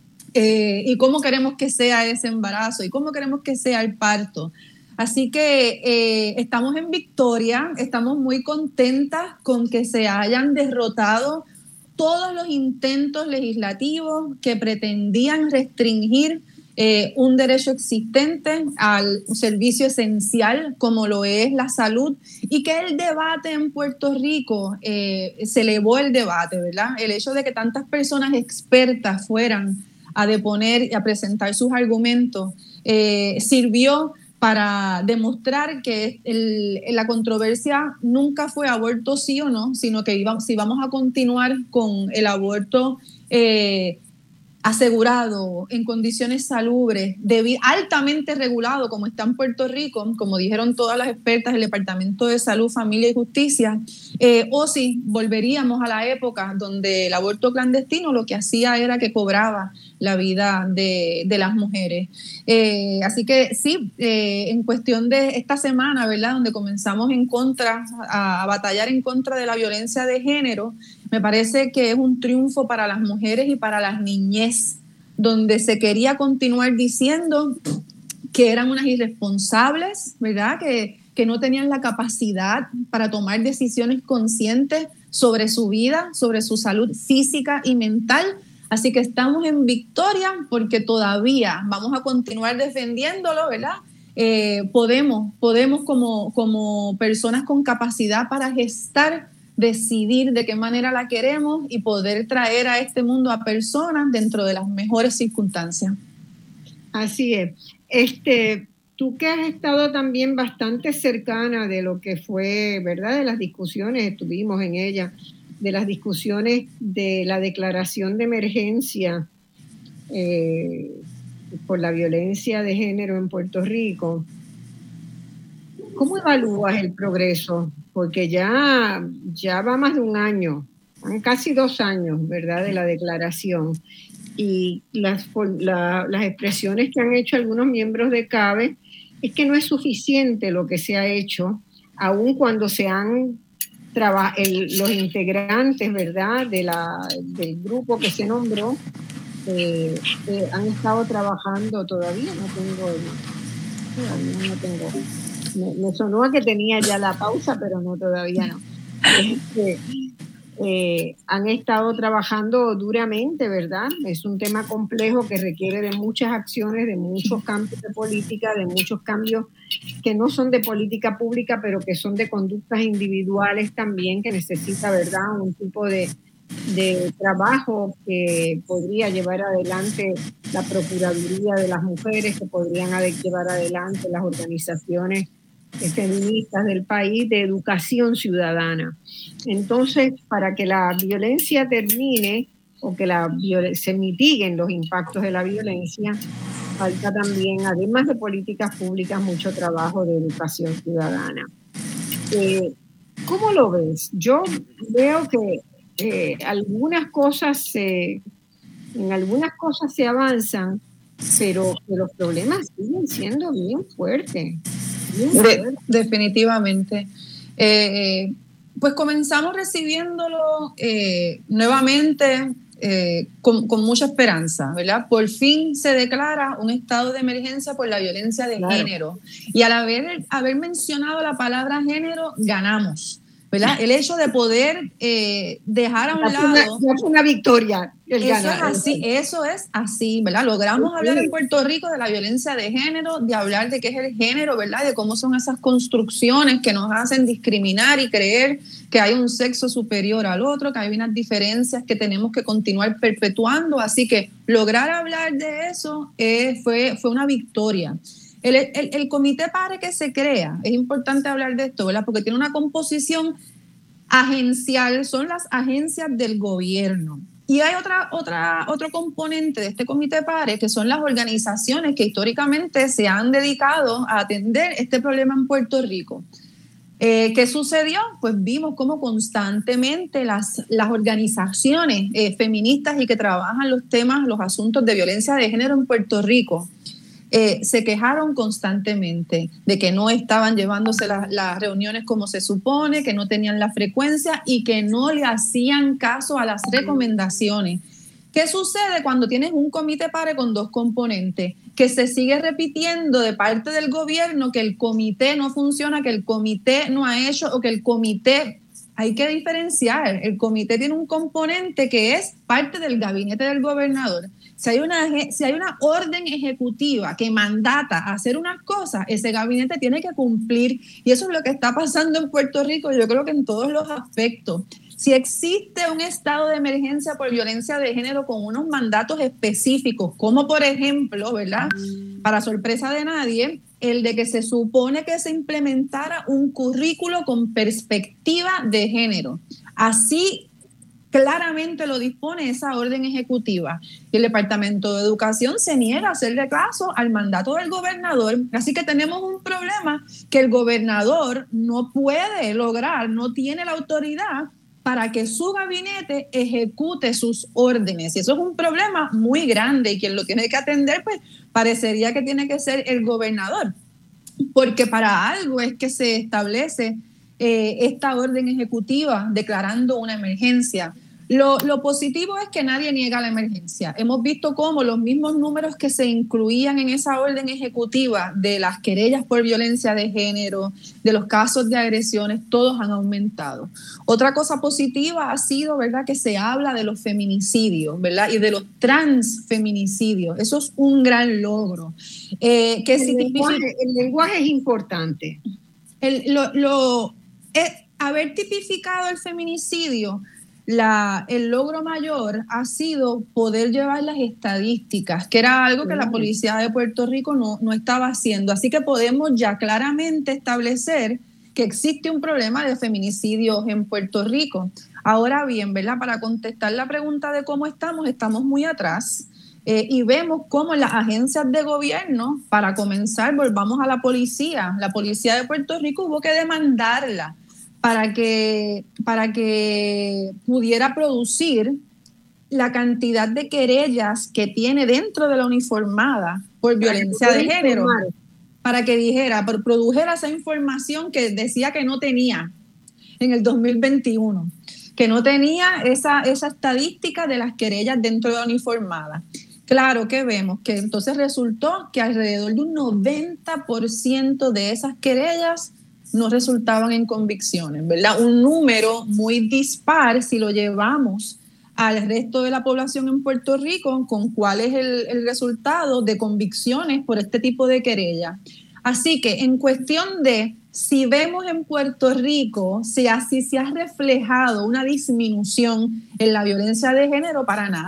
y cómo queremos que sea ese embarazo y cómo queremos que sea el parto. Así que estamos en victoria, estamos muy contentas con que se hayan derrotado todos los intentos legislativos que pretendían restringir un derecho existente al servicio esencial como lo es la salud, y que el debate en Puerto Rico se elevó el debate, ¿verdad? El hecho de que tantas personas expertas fueran a deponer y a presentar sus argumentos sirvió para demostrar que la controversia nunca fue aborto sí o no, sino que si vamos a continuar con el aborto asegurado, en condiciones salubres, altamente regulado como está en Puerto Rico, como dijeron todas las expertas del Departamento de Salud, Familia y Justicia, o si volveríamos a la época donde el aborto clandestino lo que hacía era que cobraba la vida de las mujeres. Así que sí, en cuestión de esta semana, ¿verdad?, donde comenzamos a batallar en contra de la violencia de género, me parece que es un triunfo para las mujeres y para las niñez, donde se quería continuar diciendo que eran unas irresponsables, ¿verdad?, que no tenían la capacidad para tomar decisiones conscientes sobre su vida, sobre su salud física y mental. Así que estamos en victoria porque todavía vamos a continuar defendiéndolo, ¿verdad? Podemos como personas con capacidad para gestar, decidir de qué manera la queremos y poder traer a este mundo a personas dentro de las mejores circunstancias. Así es. Tú que has estado también bastante cercana de lo que fue, ¿verdad?, de las discusiones, estuvimos en ellas, de las discusiones de la declaración de emergencia por la violencia de género en Puerto Rico. ¿Cómo evalúas el progreso? Porque ya va más de un año, casi 2 años, ¿verdad?, de la declaración. Y las expresiones que han hecho algunos miembros de CABE es que no es suficiente lo que se ha hecho, aun cuando se han los integrantes, ¿verdad?, del grupo que se nombró, han estado trabajando todavía. Me sonó a que tenía ya la pausa, pero no, todavía no. Han estado trabajando duramente, ¿verdad? Es un tema complejo que requiere de muchas acciones, de muchos cambios de política, de muchos cambios que no son de política pública, pero que son de conductas individuales también, que necesita, ¿verdad?, un tipo de trabajo que podría llevar adelante la Procuraduría de las Mujeres, que podrían llevar adelante las organizaciones feministas del país de educación ciudadana. Entonces, para que la violencia termine o que se mitiguen los impactos de la violencia, falta también, además de políticas públicas, mucho trabajo de educación ciudadana. ¿Cómo lo ves? Yo veo que en algunas cosas se avanzan, pero los problemas siguen siendo bien fuertes. Definitivamente. Pues comenzamos recibiéndolo nuevamente con mucha esperanza, ¿verdad? Por fin se declara un estado de emergencia por la violencia de género. Y al haber mencionado la palabra género, ganamos, ¿verdad? El hecho de poder dejar a un lado... Es una victoria. Eso es así, ¿verdad? Logramos hablar en Puerto Rico de la violencia de género, de hablar de qué es el género, ¿verdad? De cómo son esas construcciones que nos hacen discriminar y creer que hay un sexo superior al otro, que hay unas diferencias que tenemos que continuar perpetuando. Así que lograr hablar de eso fue una victoria. El comité PARE que se crea, es importante hablar de esto, ¿verdad? Porque tiene una composición agencial, son las agencias del gobierno. Y hay otro componente de este comité PARE, que son las organizaciones que históricamente se han dedicado a atender este problema en Puerto Rico. ¿Qué sucedió? Pues vimos cómo constantemente las organizaciones feministas y que trabajan los asuntos de violencia de género en Puerto Rico se quejaron constantemente de que no estaban llevándose las reuniones como se supone, que no tenían la frecuencia y que no le hacían caso a las recomendaciones. ¿Qué sucede cuando tienes un comité PARE con dos componentes? Que se sigue repitiendo de parte del gobierno que el comité no funciona, que el comité no ha hecho o que el comité... Hay que diferenciar. El comité tiene un componente que es parte del gabinete del gobernador. Si hay una orden ejecutiva que mandata a hacer unas cosas, ese gabinete tiene que cumplir. Y eso es lo que está pasando en Puerto Rico, yo creo que en todos los aspectos. Si existe un estado de emergencia por violencia de género con unos mandatos específicos, como por ejemplo, ¿verdad? Para sorpresa de nadie, el de que se supone que se implementara un currículo con perspectiva de género. Así claramente lo dispone esa orden ejecutiva. Y el Departamento de Educación se niega a hacerle caso al mandato del gobernador. Así que tenemos un problema que el gobernador no puede lograr, no tiene la autoridad para que su gabinete ejecute sus órdenes. Y eso es un problema muy grande y quien lo tiene que atender, pues parecería que tiene que ser el gobernador, porque para algo es que se establece esta orden ejecutiva declarando una emergencia. Lo positivo es que nadie niega la emergencia. Hemos visto cómo los mismos números que se incluían en esa orden ejecutiva de las querellas por violencia de género, de los casos de agresiones, todos han aumentado. Otra cosa positiva ha sido, ¿verdad?, que se habla de los feminicidios, ¿verdad?, y de los transfeminicidios. Eso es un gran logro. El lenguaje es importante. Haber tipificado el feminicidio, el logro mayor ha sido poder llevar las estadísticas, que era algo que la Policía de Puerto Rico no estaba haciendo. Así que podemos ya claramente establecer que existe un problema de feminicidios en Puerto Rico. Ahora bien, ¿verdad?, para contestar la pregunta de cómo estamos muy atrás. Y vemos cómo las agencias de gobierno, para comenzar, volvamos a la policía. La Policía de Puerto Rico hubo que demandarla para que pudiera producir la cantidad de querellas que tiene dentro de la uniformada por violencia de género, para que produjera esa información que decía que no tenía en el 2021, que no tenía esa estadística de las querellas dentro de la uniformada. Claro que vemos que entonces resultó que alrededor de un 90% de esas querellas no resultaban en convicciones, ¿verdad? Un número muy dispar si lo llevamos al resto de la población en Puerto Rico, con cuál es el resultado de convicciones por este tipo de querella. Así que en cuestión de si vemos en Puerto Rico, si así se ha reflejado una disminución en la violencia de género, para nada.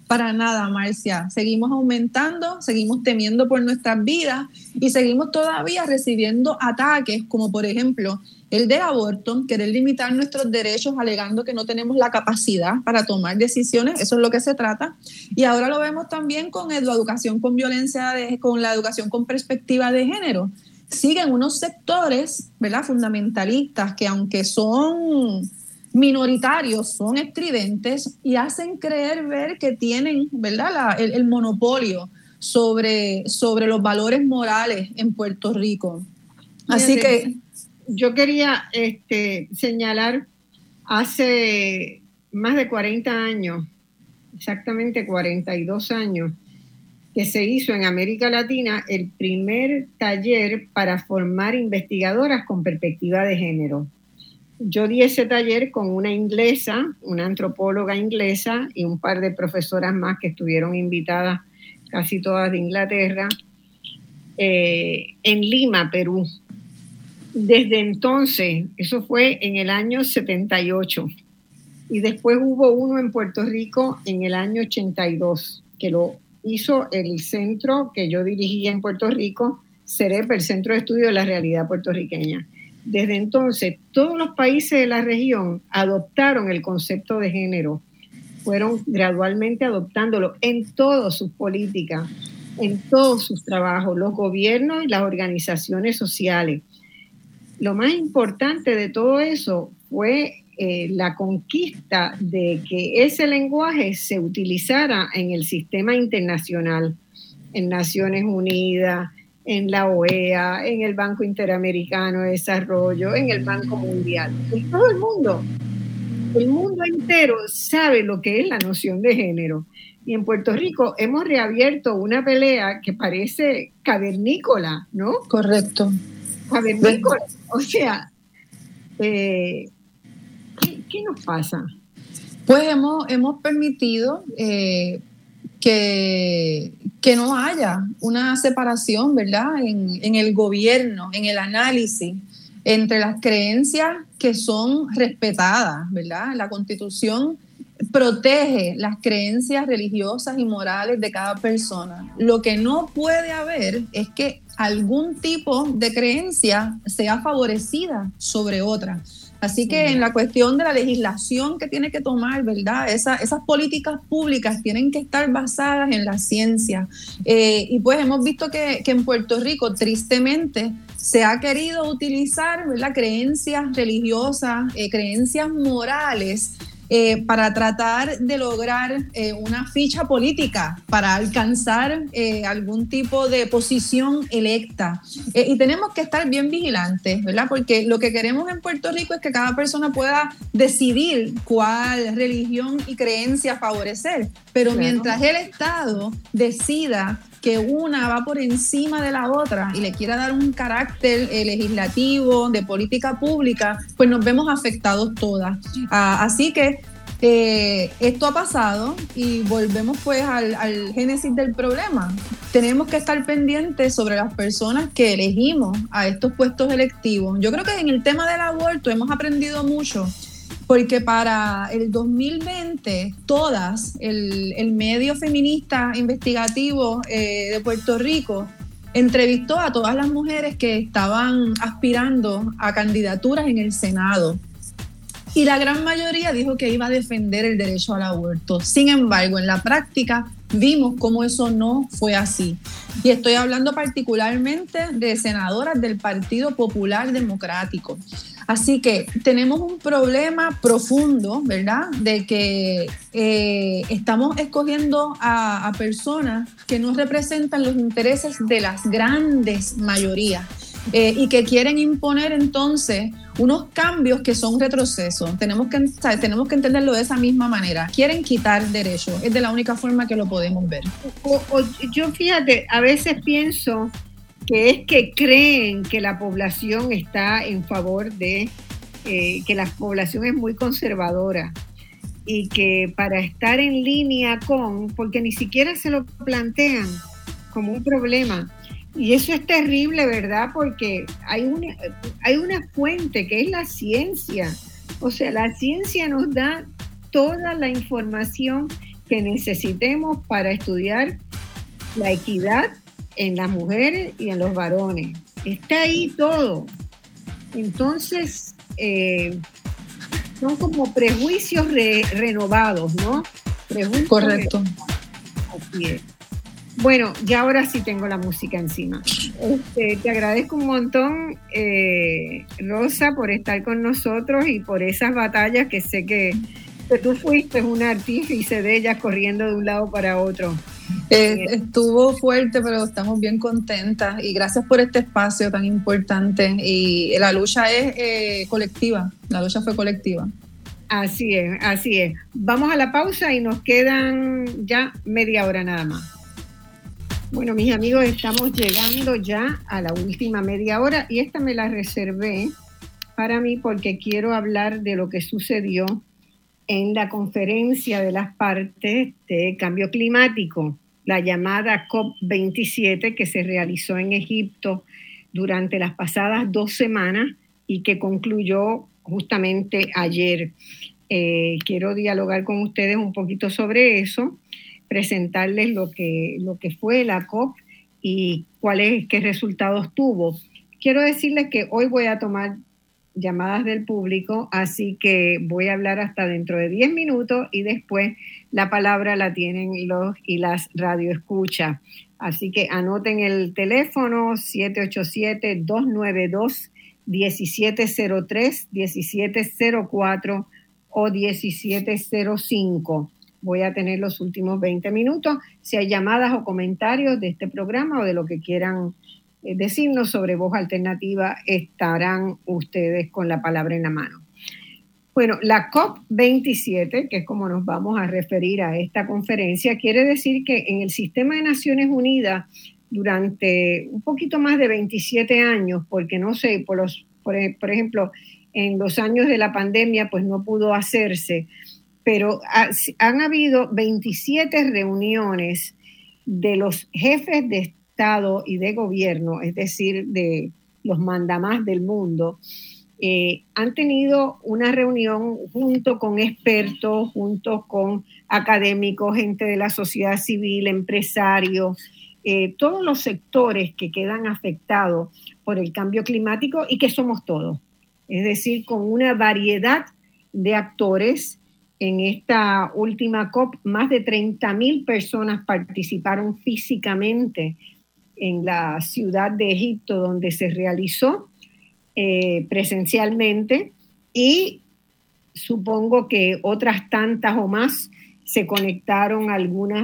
Para nada, Marcia. Seguimos aumentando, seguimos temiendo por nuestras vidas y seguimos todavía recibiendo ataques, como por ejemplo el del aborto, querer limitar nuestros derechos alegando que no tenemos la capacidad para tomar decisiones. Eso es lo que se trata. Y ahora lo vemos también con la educación con violencia, con la educación con perspectiva de género. Siguen unos sectores, ¿verdad?, fundamentalistas que, aunque son minoritarios, son estridentes y hacen ver que tienen, ¿verdad?, el monopolio sobre los valores morales en Puerto Rico. Así que yo quería señalar, hace más de 40 años, exactamente 42 años, que se hizo en América Latina el primer taller para formar investigadoras con perspectiva de género. Yo di ese taller con una inglesa, una antropóloga inglesa y un par de profesoras más que estuvieron invitadas, casi todas de Inglaterra, en Lima, Perú. Desde entonces, eso fue en el año 78, y después hubo uno en Puerto Rico en el año 82, que lo hizo el centro que yo dirigía en Puerto Rico, CEREP, el Centro de Estudio de la Realidad Puertorriqueña. Desde entonces, todos los países de la región adoptaron el concepto de género, fueron gradualmente adoptándolo en todas sus políticas, en todos sus trabajos, los gobiernos y las organizaciones sociales. Lo más importante de todo eso fue la conquista de que ese lenguaje se utilizara en el sistema internacional, en Naciones Unidas, en la OEA, en el Banco Interamericano de Desarrollo, en el Banco Mundial. En todo el mundo entero sabe lo que es la noción de género. Y en Puerto Rico hemos reabierto una pelea que parece cavernícola, ¿no? Correcto. Cavernícola. O sea, ¿qué nos pasa? Pues hemos permitido que no haya una separación, ¿verdad?, en el gobierno, en el análisis, entre las creencias que son respetadas, ¿verdad? La Constitución protege las creencias religiosas y morales de cada persona. Lo que no puede haber es que algún tipo de creencia sea favorecida sobre otra. Así que en la cuestión de la legislación que tiene que tomar, ¿verdad?, esas políticas públicas tienen que estar basadas en la ciencia. Y pues hemos visto que en Puerto Rico, tristemente, se ha querido utilizar, ¿verdad?, creencias religiosas, creencias morales, para tratar de lograr una ficha política, para alcanzar algún tipo de posición electa. Y tenemos que estar bien vigilantes, ¿verdad? Porque lo que queremos en Puerto Rico es que cada persona pueda decidir cuál religión y creencia favorecer. Pero claro, mientras el Estado decida que una va por encima de la otra y le quiera dar un carácter legislativo, de política pública, pues nos vemos afectados todas. Así que esto ha pasado y volvemos pues al génesis del problema. Tenemos que estar pendientes sobre las personas que elegimos a estos puestos electivos. Yo creo que en el tema del aborto hemos aprendido mucho, porque para el 2020 todas, el medio feminista investigativo de Puerto Rico entrevistó a todas las mujeres que estaban aspirando a candidaturas en el Senado. Y la gran mayoría dijo que iba a defender el derecho al aborto. Sin embargo, en la práctica vimos cómo eso no fue así. Y estoy hablando particularmente de senadoras del Partido Popular Democrático. Así que tenemos un problema profundo, ¿verdad?, de que estamos escogiendo a personas que no representan los intereses de las grandes mayorías. Y que quieren imponer entonces unos cambios que son retrocesos. Tenemos que entenderlo de esa misma manera. Quieren quitar derechos. Es de la única forma que lo podemos ver. Yo, fíjate, a veces pienso que es que creen que la población está en favor de que la población es muy conservadora y que para estar en línea porque ni siquiera se lo plantean como un problema. Y eso es terrible, ¿verdad? Porque hay una fuente que es la ciencia. O sea, la ciencia nos da toda la información que necesitemos para estudiar la equidad en las mujeres y en los varones. Está ahí todo. Entonces, son como prejuicios renovados, ¿no? Prejuicios. Correcto. Así es. Bueno, ya ahora sí tengo la música encima. Te agradezco un montón, Rosa, por estar con nosotros y por esas batallas que sé que tú fuiste una artífice de ellas corriendo de un lado para otro. Estuvo fuerte, pero estamos bien contentas y gracias por este espacio tan importante. Y la lucha es colectiva, la lucha fue colectiva. Así es, así es. Vamos a la pausa y nos quedan ya media hora nada más. Bueno, mis amigos, estamos llegando ya a la última media hora y esta me la reservé para mí porque quiero hablar de lo que sucedió en la conferencia de las partes de cambio climático, la llamada COP27 que se realizó en Egipto durante las pasadas 2 semanas y que concluyó justamente ayer. Quiero dialogar con ustedes un poquito sobre eso, presentarles lo que fue la COP y qué resultados tuvo. Quiero decirles que hoy voy a tomar llamadas del público, así que voy a hablar hasta dentro de 10 minutos y después la palabra la tienen los y las radioescuchas. Así que anoten el teléfono 787-292-1703, 1704 o 1705. Voy a tener los últimos 20 minutos. Si hay llamadas o comentarios de este programa o de lo que quieran decirnos sobre Voz Alternativa, estarán ustedes con la palabra en la mano. Bueno, la COP27, que es como nos vamos a referir a esta conferencia, quiere decir que en el sistema de Naciones Unidas, durante un poquito más de 27 años, porque no sé, por ejemplo, en los años de la pandemia, pues no pudo hacerse, pero han habido 27 reuniones de los jefes de Estado y de gobierno, es decir, de los mandamás del mundo. Han tenido una reunión junto con expertos, junto con académicos, gente de la sociedad civil, empresarios, todos los sectores que quedan afectados por el cambio climático y que somos todos. Es decir, con una variedad de actores. En esta última COP, más de 30,000 personas participaron físicamente en la ciudad de Egipto, donde se realizó presencialmente, y supongo que otras tantas o más se conectaron a algunas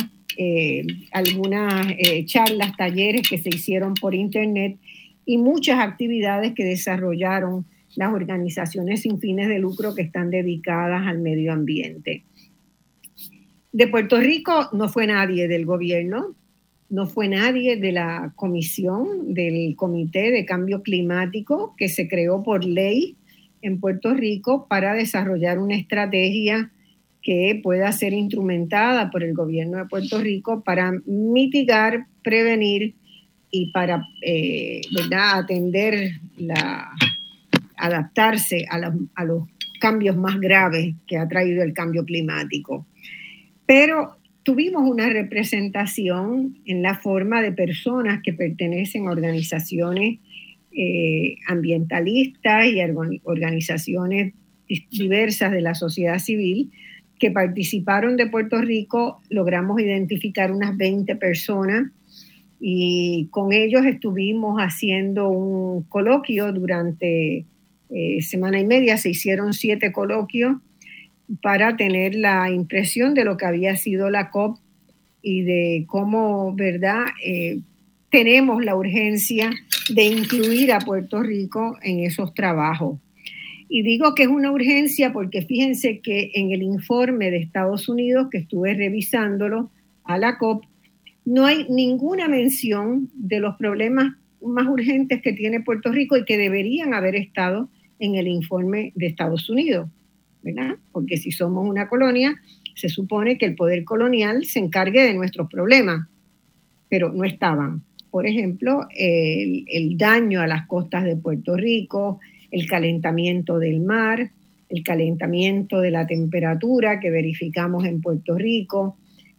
charlas, talleres que se hicieron por internet y muchas actividades que desarrollaron las organizaciones sin fines de lucro que están dedicadas al medio ambiente. De Puerto Rico no fue nadie del gobierno, no fue nadie de la comisión, del Comité de Cambio Climático que se creó por ley en Puerto Rico para desarrollar una estrategia que pueda ser instrumentada por el gobierno de Puerto Rico para mitigar, prevenir y para atender adaptarse a los cambios más graves que ha traído el cambio climático. Pero tuvimos una representación en la forma de personas que pertenecen a organizaciones ambientalistas y organizaciones diversas de la sociedad civil que participaron de Puerto Rico. Logramos identificar unas 20 personas y con ellos estuvimos haciendo un coloquio durante semana y media. Se hicieron 7 coloquios para tener la impresión de lo que había sido la COP y de cómo, ¿verdad?, tenemos la urgencia de incluir a Puerto Rico en esos trabajos. Y digo que es una urgencia porque fíjense que en el informe de Estados Unidos, que estuve revisándolo a la COP, no hay ninguna mención de los problemas más urgentes que tiene Puerto Rico y que deberían haber estado en el informe de Estados Unidos, ¿verdad? Porque si somos una colonia, se supone que el poder colonial se encargue de nuestros problemas, pero no estaban. Por ejemplo, el daño a las costas de Puerto Rico, el calentamiento del mar, el calentamiento de la temperatura que verificamos en Puerto Rico,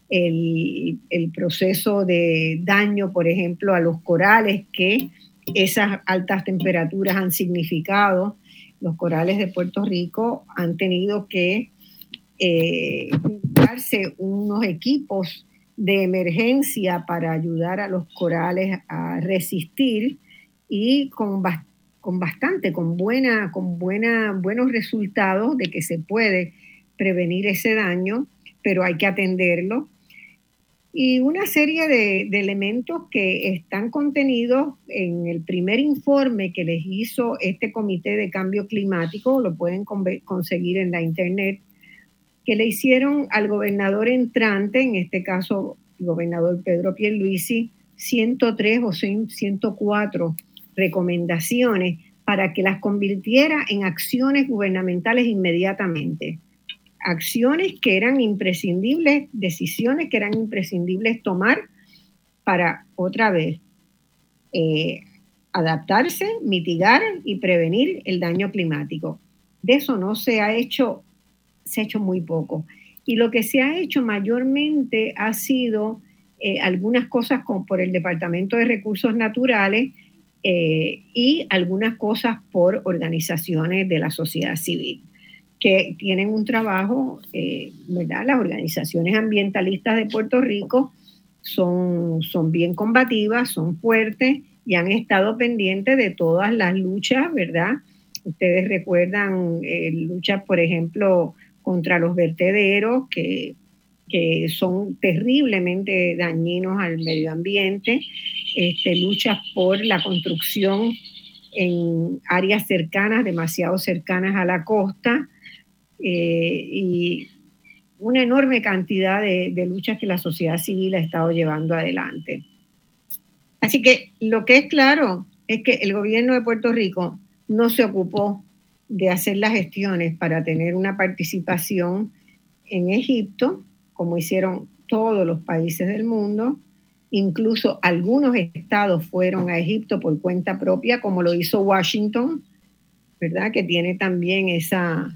el proceso de daño, por ejemplo, a los corales que esas altas temperaturas han significado. Los corales de Puerto Rico han tenido que darse unos equipos de emergencia para ayudar a los corales a resistir, y con buenos resultados de que se puede prevenir ese daño, pero hay que atenderlo. Y una serie de elementos que están contenidos en el primer informe que les hizo este Comité de Cambio Climático, lo pueden conseguir en la internet, que le hicieron al gobernador entrante, en este caso el gobernador Pedro Pierluisi, 103 o 104 recomendaciones para que las convirtiera en acciones gubernamentales inmediatamente. Acciones que eran imprescindibles, decisiones que eran imprescindibles tomar para, otra vez, adaptarse, mitigar y prevenir el daño climático. De eso no se ha hecho, se ha hecho muy poco. Y lo que se ha hecho mayormente ha sido algunas cosas por el Departamento de Recursos Naturales y algunas cosas por organizaciones de la sociedad civil, que tienen un trabajo, ¿verdad? Las organizaciones ambientalistas de Puerto Rico son bien combativas, son fuertes y han estado pendientes de todas las luchas, ¿verdad? Ustedes recuerdan luchas, por ejemplo, contra los vertederos, que son terriblemente dañinos al medio ambiente, luchas por la construcción en áreas cercanas, demasiado cercanas a la costa, y una enorme cantidad de luchas que la sociedad civil ha estado llevando adelante. Así que lo que es claro es que el gobierno de Puerto Rico no se ocupó de hacer las gestiones para tener una participación en Egipto, como hicieron todos los países del mundo. Incluso algunos estados fueron a Egipto por cuenta propia, como lo hizo Washington, ¿verdad? Que tiene también esa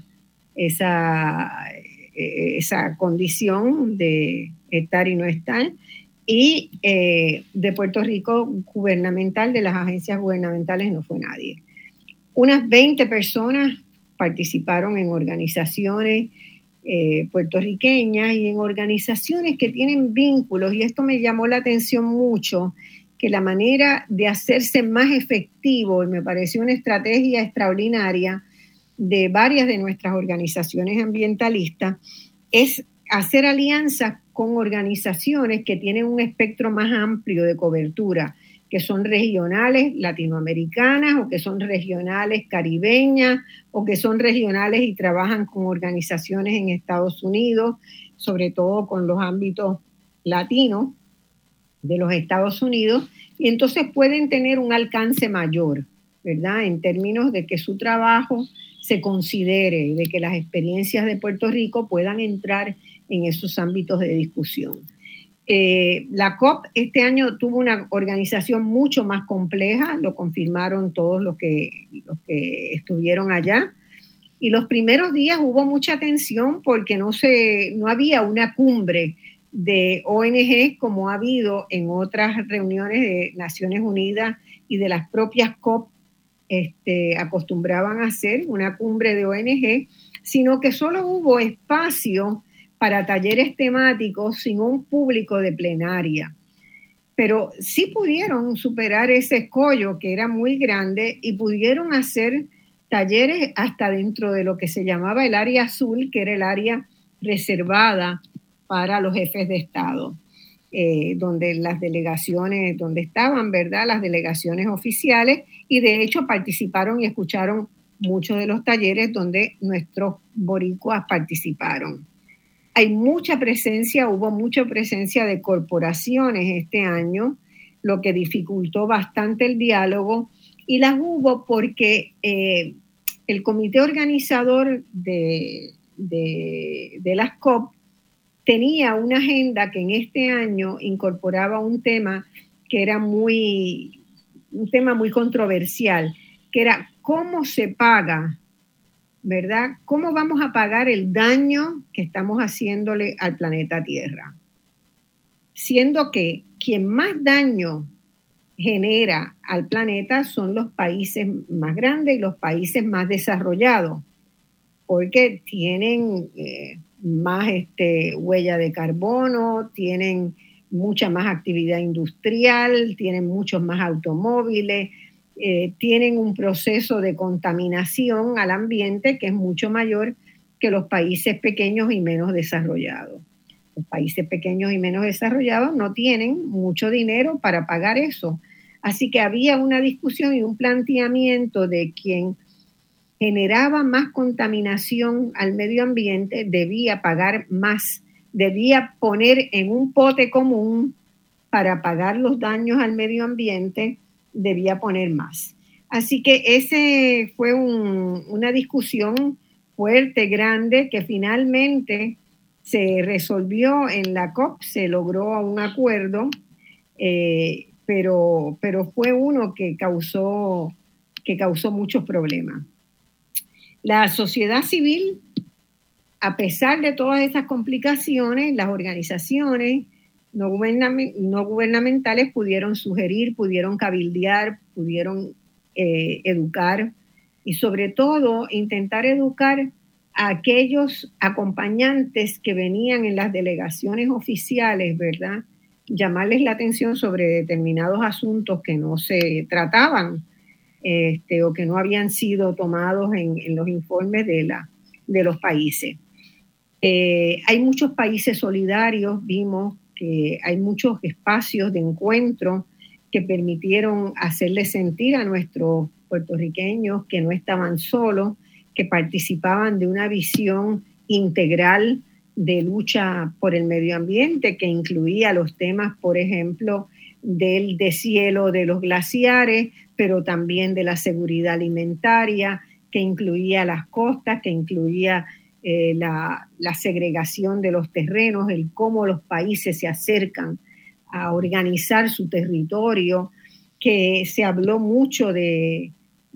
condición de estar y no estar. Y de Puerto Rico, gubernamental, de las agencias gubernamentales, no fue nadie. Unas 20 personas participaron en organizaciones puertorriqueñas y en organizaciones que tienen vínculos, y esto me llamó la atención mucho, que la manera de hacerse más efectivo, y me pareció una estrategia extraordinaria de varias de nuestras organizaciones ambientalistas, es hacer alianzas con organizaciones que tienen un espectro más amplio de cobertura, que son regionales latinoamericanas, o que son regionales caribeñas, o que son regionales y trabajan con organizaciones en Estados Unidos, sobre todo con los ámbitos latinos de los Estados Unidos, y entonces pueden tener un alcance mayor, ¿verdad? En términos de que su trabajo se considere, de que las experiencias de Puerto Rico puedan entrar en esos ámbitos de discusión. La COP este año tuvo una organización mucho más compleja, lo confirmaron todos los que estuvieron allá, y los primeros días hubo mucha tensión porque no había una cumbre de ONG como ha habido en otras reuniones de Naciones Unidas y de las propias COP acostumbraban a hacer una cumbre de ONG, sino que solo hubo espacio para talleres temáticos sin un público de plenaria. Pero sí pudieron superar ese escollo que era muy grande y pudieron hacer talleres hasta dentro de lo que se llamaba el área azul, que era el área reservada para los jefes de Estado, donde las delegaciones, donde estaban, ¿verdad?, las delegaciones oficiales, y de hecho participaron y escucharon muchos de los talleres donde nuestros boricuas participaron. Hay mucha presencia, hubo mucha presencia de corporaciones este año, lo que dificultó bastante el diálogo, y las hubo porque el comité organizador de las COP tenía una agenda que en este año incorporaba un tema que era un tema muy controversial, que era cómo se paga, ¿verdad? ¿Cómo vamos a pagar el daño que estamos haciéndole al planeta Tierra? siendo que quien más daño genera al planeta son los países más grandes y los países más desarrollados, porque tienen más huella de carbono, tienen mucha más actividad industrial, tienen muchos más automóviles, tienen un proceso de contaminación al ambiente que es mucho mayor que los países pequeños y menos desarrollados. Los países pequeños y menos desarrollados no tienen mucho dinero para pagar eso. Así que había una discusión y un planteamiento de quien generaba más contaminación al medio ambiente debía pagar más, debía poner en un pote común para pagar los daños al medio ambiente, debía poner más. Así que ese fue una discusión fuerte, grande, que finalmente se resolvió en la COP, se logró un acuerdo, pero fue uno que causó muchos problemas. La sociedad civil, a pesar de todas esas complicaciones, las organizaciones no gubernamentales pudieron sugerir, pudieron cabildear, pudieron educar y sobre todo intentar educar a aquellos acompañantes que venían en las delegaciones oficiales, ¿verdad? Llamarles la atención sobre determinados asuntos que no se trataban o que no habían sido tomados en los informes de los países. Hay muchos países solidarios, vimos que hay muchos espacios de encuentro que permitieron hacerles sentir a nuestros puertorriqueños que no estaban solos, que participaban de una visión integral de lucha por el medio ambiente, que incluía los temas, por ejemplo, del deshielo de los glaciares, pero también de la seguridad alimentaria, que incluía las costas, que incluía la segregación de los terrenos, el cómo los países se acercan a organizar su territorio, que se habló mucho de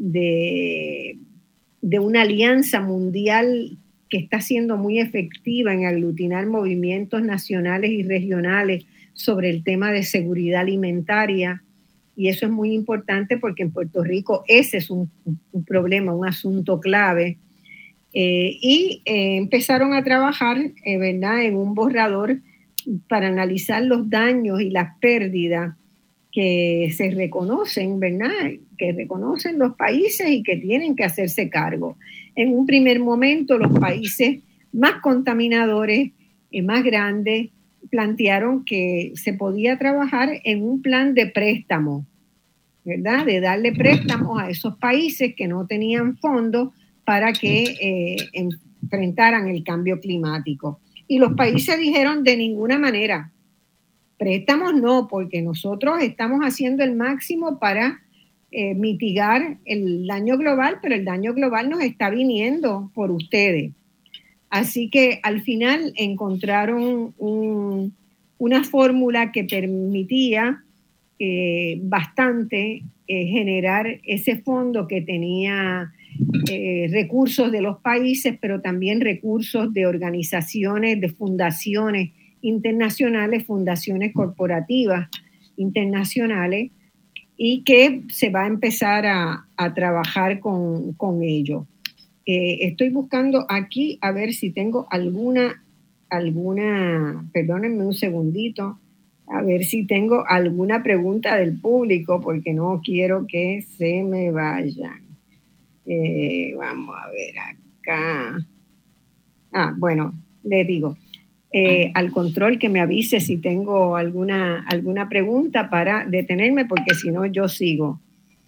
una alianza mundial que está siendo muy efectiva en aglutinar movimientos nacionales y regionales sobre el tema de seguridad alimentaria. Y eso es muy importante porque en Puerto Rico ese es un problema, un asunto clave. Empezaron a trabajar, ¿verdad?, en un borrador para analizar los daños y las pérdidas que se reconocen, ¿verdad?, que reconocen los países y que tienen que hacerse cargo. En un primer momento, los países más contaminadores y más grandes plantearon que se podía trabajar en un plan de préstamo, ¿verdad?, de darle préstamos a esos países que no tenían fondos para que enfrentaran el cambio climático. Y los países dijeron de ninguna manera, préstamos no, porque nosotros estamos haciendo el máximo para mitigar el daño global, pero el daño global nos está viniendo por ustedes. Así que al final encontraron una fórmula que permitía bastante generar ese fondo que tenía recursos de los países, pero también recursos de organizaciones, de fundaciones internacionales, fundaciones corporativas internacionales, y que se va a empezar a trabajar con ello. Estoy buscando aquí a ver si tengo alguna, perdónenme un segundito, a ver si tengo alguna pregunta del público, porque no quiero que se me vayan. Vamos a ver acá. Bueno, les digo, al control que me avise si tengo alguna pregunta para detenerme, porque si no yo sigo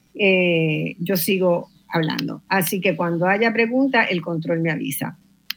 hablando. Así que cuando haya pregunta, el control me avisa.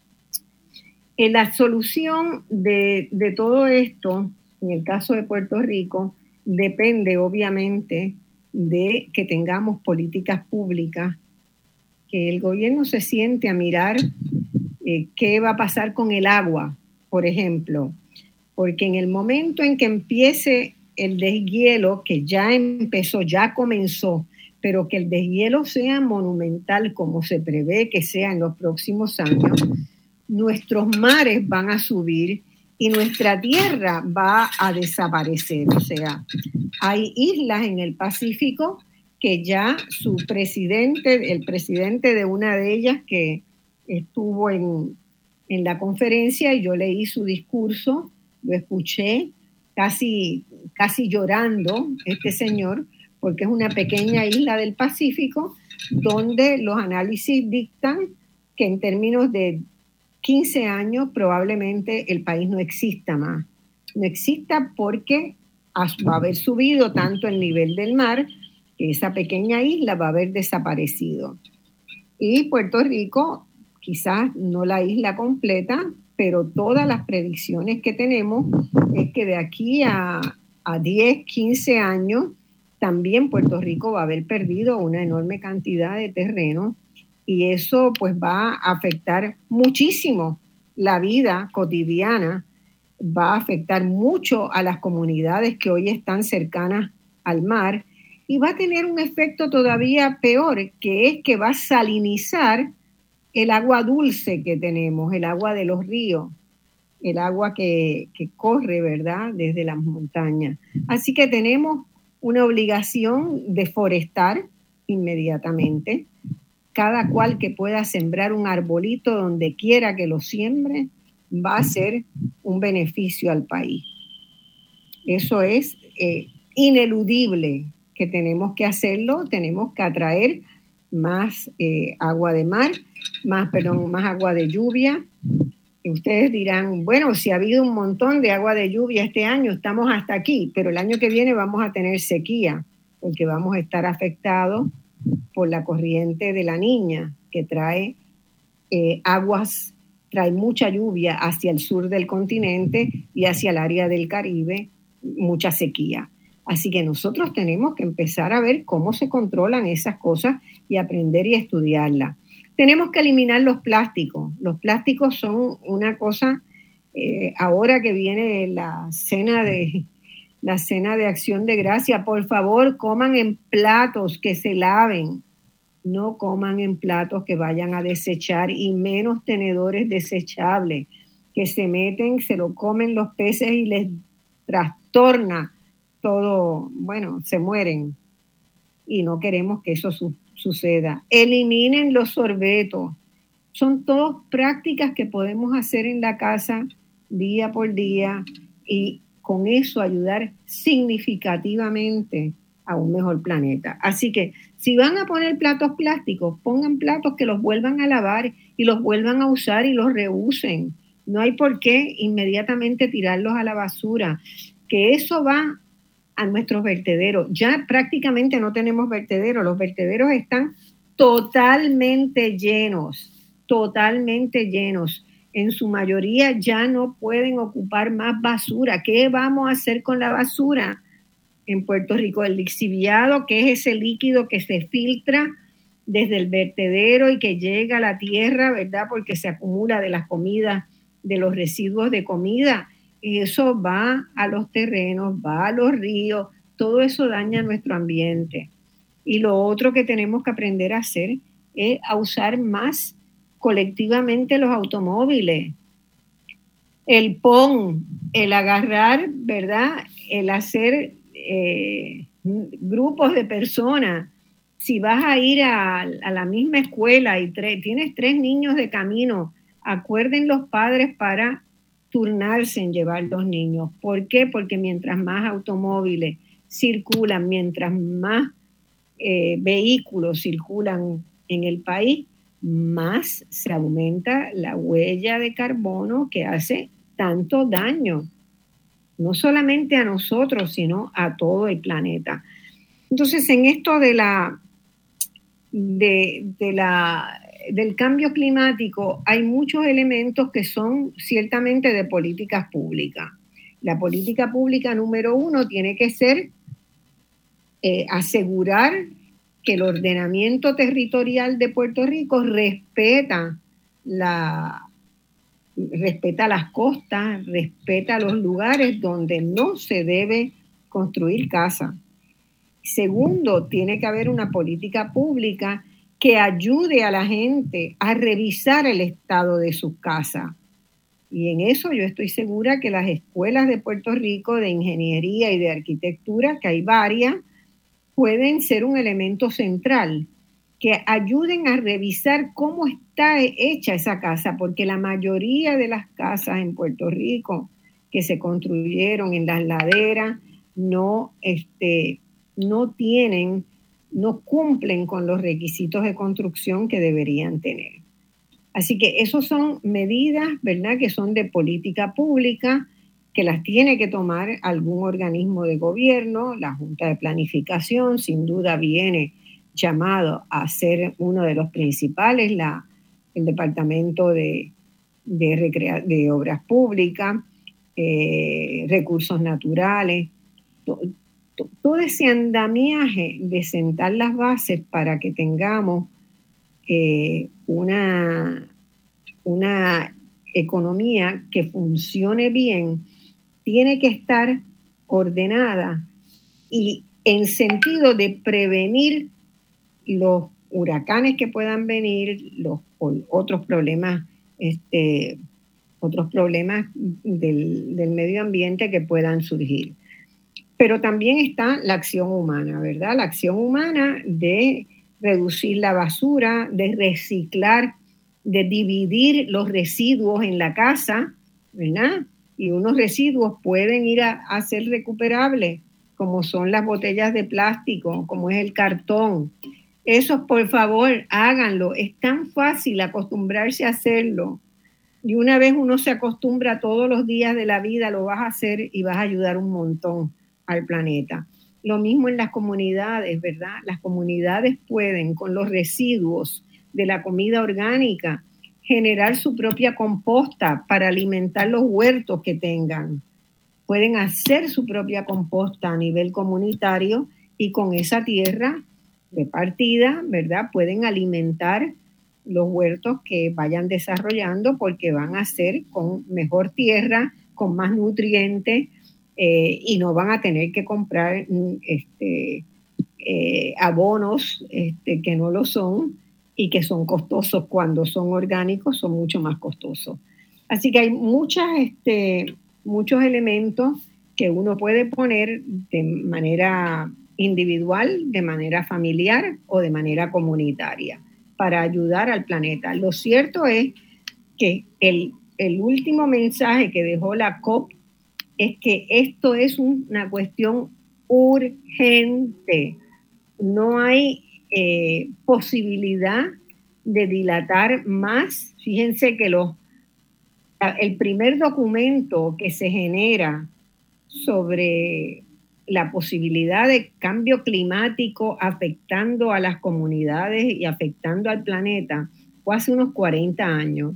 La solución de todo esto, en el caso de Puerto Rico, depende obviamente de que tengamos políticas públicas, que el gobierno se siente a mirar qué va a pasar con el agua, por ejemplo, porque en el momento en que empiece el deshielo, que ya empezó, ya comenzó, pero que el deshielo sea monumental como se prevé que sea en los próximos años, nuestros mares van a subir y nuestra tierra va a desaparecer. O sea, hay islas en el Pacífico que ya su presidente, el presidente de una de ellas que estuvo en la conferencia y yo leí su discurso, lo escuché casi llorando este señor, porque es una pequeña isla del Pacífico donde los análisis dictan que en términos de 15 años probablemente el país no exista más. No exista porque va a haber subido tanto el nivel del mar que esa pequeña isla va a haber desaparecido. Y Puerto Rico, quizás no la isla completa, pero todas las predicciones que tenemos es que de aquí a 10, 15 años también Puerto Rico va a haber perdido una enorme cantidad de terreno y eso pues va a afectar muchísimo la vida cotidiana, va a afectar mucho a las comunidades que hoy están cercanas al mar y va a tener un efecto todavía peor, que es que va a salinizar el agua dulce que tenemos, el agua de los ríos, el agua que corre, ¿verdad?, desde las montañas. Así que tenemos una obligación de forestar inmediatamente. Cada cual que pueda sembrar un arbolito donde quiera que lo siembre va a ser un beneficio al país. Eso es ineludible que tenemos que hacerlo, tenemos que atraer más agua de mar, más agua de lluvia. Y ustedes dirán, bueno, si ha habido un montón de agua de lluvia este año, estamos hasta aquí, pero el año que viene vamos a tener sequía, porque vamos a estar afectados por la corriente de la Niña, que trae trae mucha lluvia hacia el sur del continente y hacia el área del Caribe, mucha sequía. Así que nosotros tenemos que empezar a ver cómo se controlan esas cosas y aprender y estudiarlas. Tenemos que eliminar los plásticos. Los plásticos son una cosa, ahora que viene la cena de Acción de Gracia, por favor, coman en platos que se laven. No coman en platos que vayan a desechar y menos tenedores desechables que se meten, se lo comen los peces y les trastorna todo, bueno, se mueren y no queremos que eso suceda. Eliminen los sorbetos. Son todas prácticas que podemos hacer en la casa día por día y con eso ayudar significativamente a un mejor planeta. Así que si van a poner platos plásticos, pongan platos que los vuelvan a lavar y los vuelvan a usar y los reusen. No hay por qué inmediatamente tirarlos a la basura, que eso va a nuestros vertederos. Ya prácticamente no tenemos vertederos. Los vertederos están totalmente llenos. En su mayoría ya no pueden ocupar más basura. ¿Qué vamos a hacer con la basura? En Puerto Rico, el lixiviado, que es ese líquido que se filtra desde el vertedero y que llega a la tierra, ¿verdad? Porque se acumula de las comidas, de los residuos de comida. Y eso va a los terrenos, va a los ríos, todo eso daña nuestro ambiente. Y lo otro que tenemos que aprender a hacer es a usar más colectivamente los automóviles. El PON, el agarrar, ¿verdad? El hacer grupos de personas. Si vas a ir a la misma escuela y tienes 3 niños de camino, acuerden los padres para turnarse en llevar los niños. ¿Por qué? Porque mientras más automóviles circulan, mientras más vehículos circulan en el país, más se aumenta la huella de carbono que hace tanto daño, no solamente a nosotros, sino a todo el planeta. Entonces, en esto del cambio climático hay muchos elementos que son ciertamente de políticas públicas. La política pública número 1 tiene que ser asegurar que el ordenamiento territorial de Puerto Rico respeta las costas, respeta los lugares donde no se debe construir casa. Segundo, tiene que haber una política pública que ayude a la gente a revisar el estado de sus casas. Y en eso yo estoy segura que las escuelas de Puerto Rico de ingeniería y de arquitectura, que hay varias, pueden ser un elemento central, que ayuden a revisar cómo está hecha esa casa, porque la mayoría de las casas en Puerto Rico que se construyeron en las laderas no cumplen con los requisitos de construcción que deberían tener. Así que esas son medidas, ¿verdad?, que son de política pública, que las tiene que tomar algún organismo de gobierno. La Junta de Planificación sin duda viene llamado a ser uno de los principales, el Departamento de Obras Públicas, Recursos Naturales, todo ese andamiaje de sentar las bases para que tengamos una economía que funcione bien, tiene que estar ordenada y en sentido de prevenir los huracanes que puedan venir, los otros problemas del medio ambiente que puedan surgir. Pero también está la acción humana, ¿verdad? La acción humana de reducir la basura, de reciclar, de dividir los residuos en la casa, ¿verdad? Y unos residuos pueden ir a ser recuperables, como son las botellas de plástico, como es el cartón. Eso, por favor, háganlo. Es tan fácil acostumbrarse a hacerlo. Y una vez uno se acostumbra todos los días de la vida, lo vas a hacer y vas a ayudar un montón al planeta. Lo mismo en las comunidades, ¿verdad? Las comunidades pueden, con los residuos de la comida orgánica, generar su propia composta para alimentar los huertos que tengan. Pueden hacer su propia composta a nivel comunitario y con esa tierra repartida, ¿verdad?, pueden alimentar los huertos que vayan desarrollando, porque van a ser con mejor tierra, con más nutrientes, y no van a tener que comprar abonos que no lo son y que son costosos. Cuando son orgánicos son mucho más costosos. Así que hay muchos elementos que uno puede poner de manera individual, de manera familiar o de manera comunitaria para ayudar al planeta. Lo cierto es que el último mensaje que dejó la COP es que esto es una cuestión urgente. No hay posibilidad de dilatar más. Fíjense que el primer documento que se genera sobre la posibilidad de cambio climático afectando a las comunidades y afectando al planeta fue hace unos 40 años.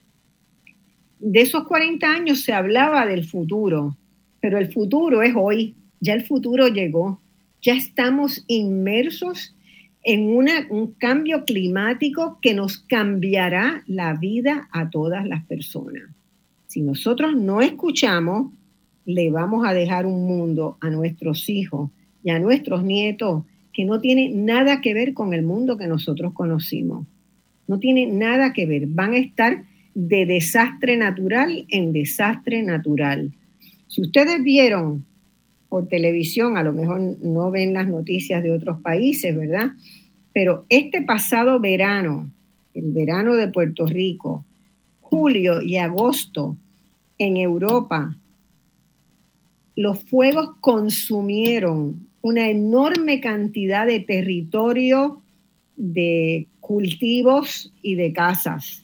De esos 40 años se hablaba del futuro, pero el futuro es hoy. Ya el futuro llegó. Ya estamos inmersos en un cambio climático que nos cambiará la vida a todas las personas. Si nosotros no escuchamos, le vamos a dejar un mundo a nuestros hijos y a nuestros nietos que no tiene nada que ver con el mundo que nosotros conocimos. No tiene nada que ver. Van a estar de desastre natural en desastre natural. Si ustedes vieron por televisión, a lo mejor no ven las noticias de otros países, ¿verdad? Pero este pasado verano, el verano de Puerto Rico, julio y agosto en Europa, los fuegos consumieron una enorme cantidad de territorio, de cultivos y de casas.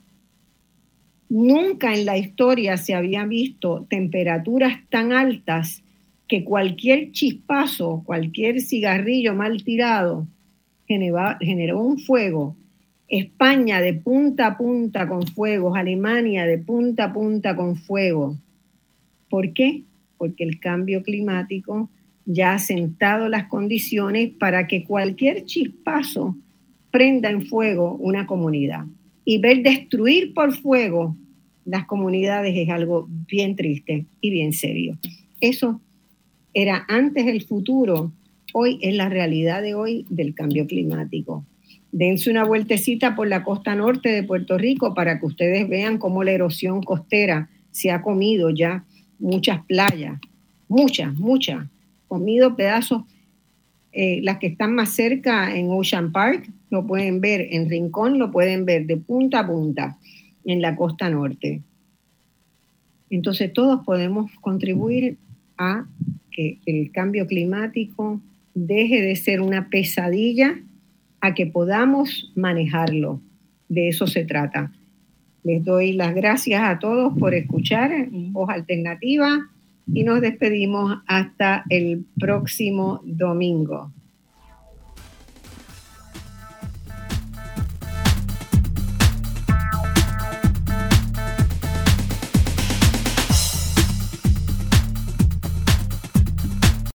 Nunca en la historia se habían visto temperaturas tan altas que cualquier chispazo, cualquier cigarrillo mal tirado generó un fuego. España de punta a punta con fuegos, Alemania de punta a punta con fuego. ¿Por qué? Porque el cambio climático ya ha sentado las condiciones para que cualquier chispazo prenda en fuego una comunidad. Y ver destruir por fuego las comunidades es algo bien triste y bien serio. Eso era antes el futuro, hoy es la realidad de hoy del cambio climático. Dense una vueltecita por la costa norte de Puerto Rico para que ustedes vean cómo la erosión costera se ha comido ya muchas playas, muchas, comido pedazos. Las que están más cerca en Ocean Park lo pueden ver, en Rincón lo pueden ver de punta a punta en la costa norte. Entonces todos podemos contribuir a que el cambio climático deje de ser una pesadilla, a que podamos manejarlo. De eso se trata. Les doy las gracias a todos por escuchar Voz Alternativa y nos despedimos hasta el próximo domingo.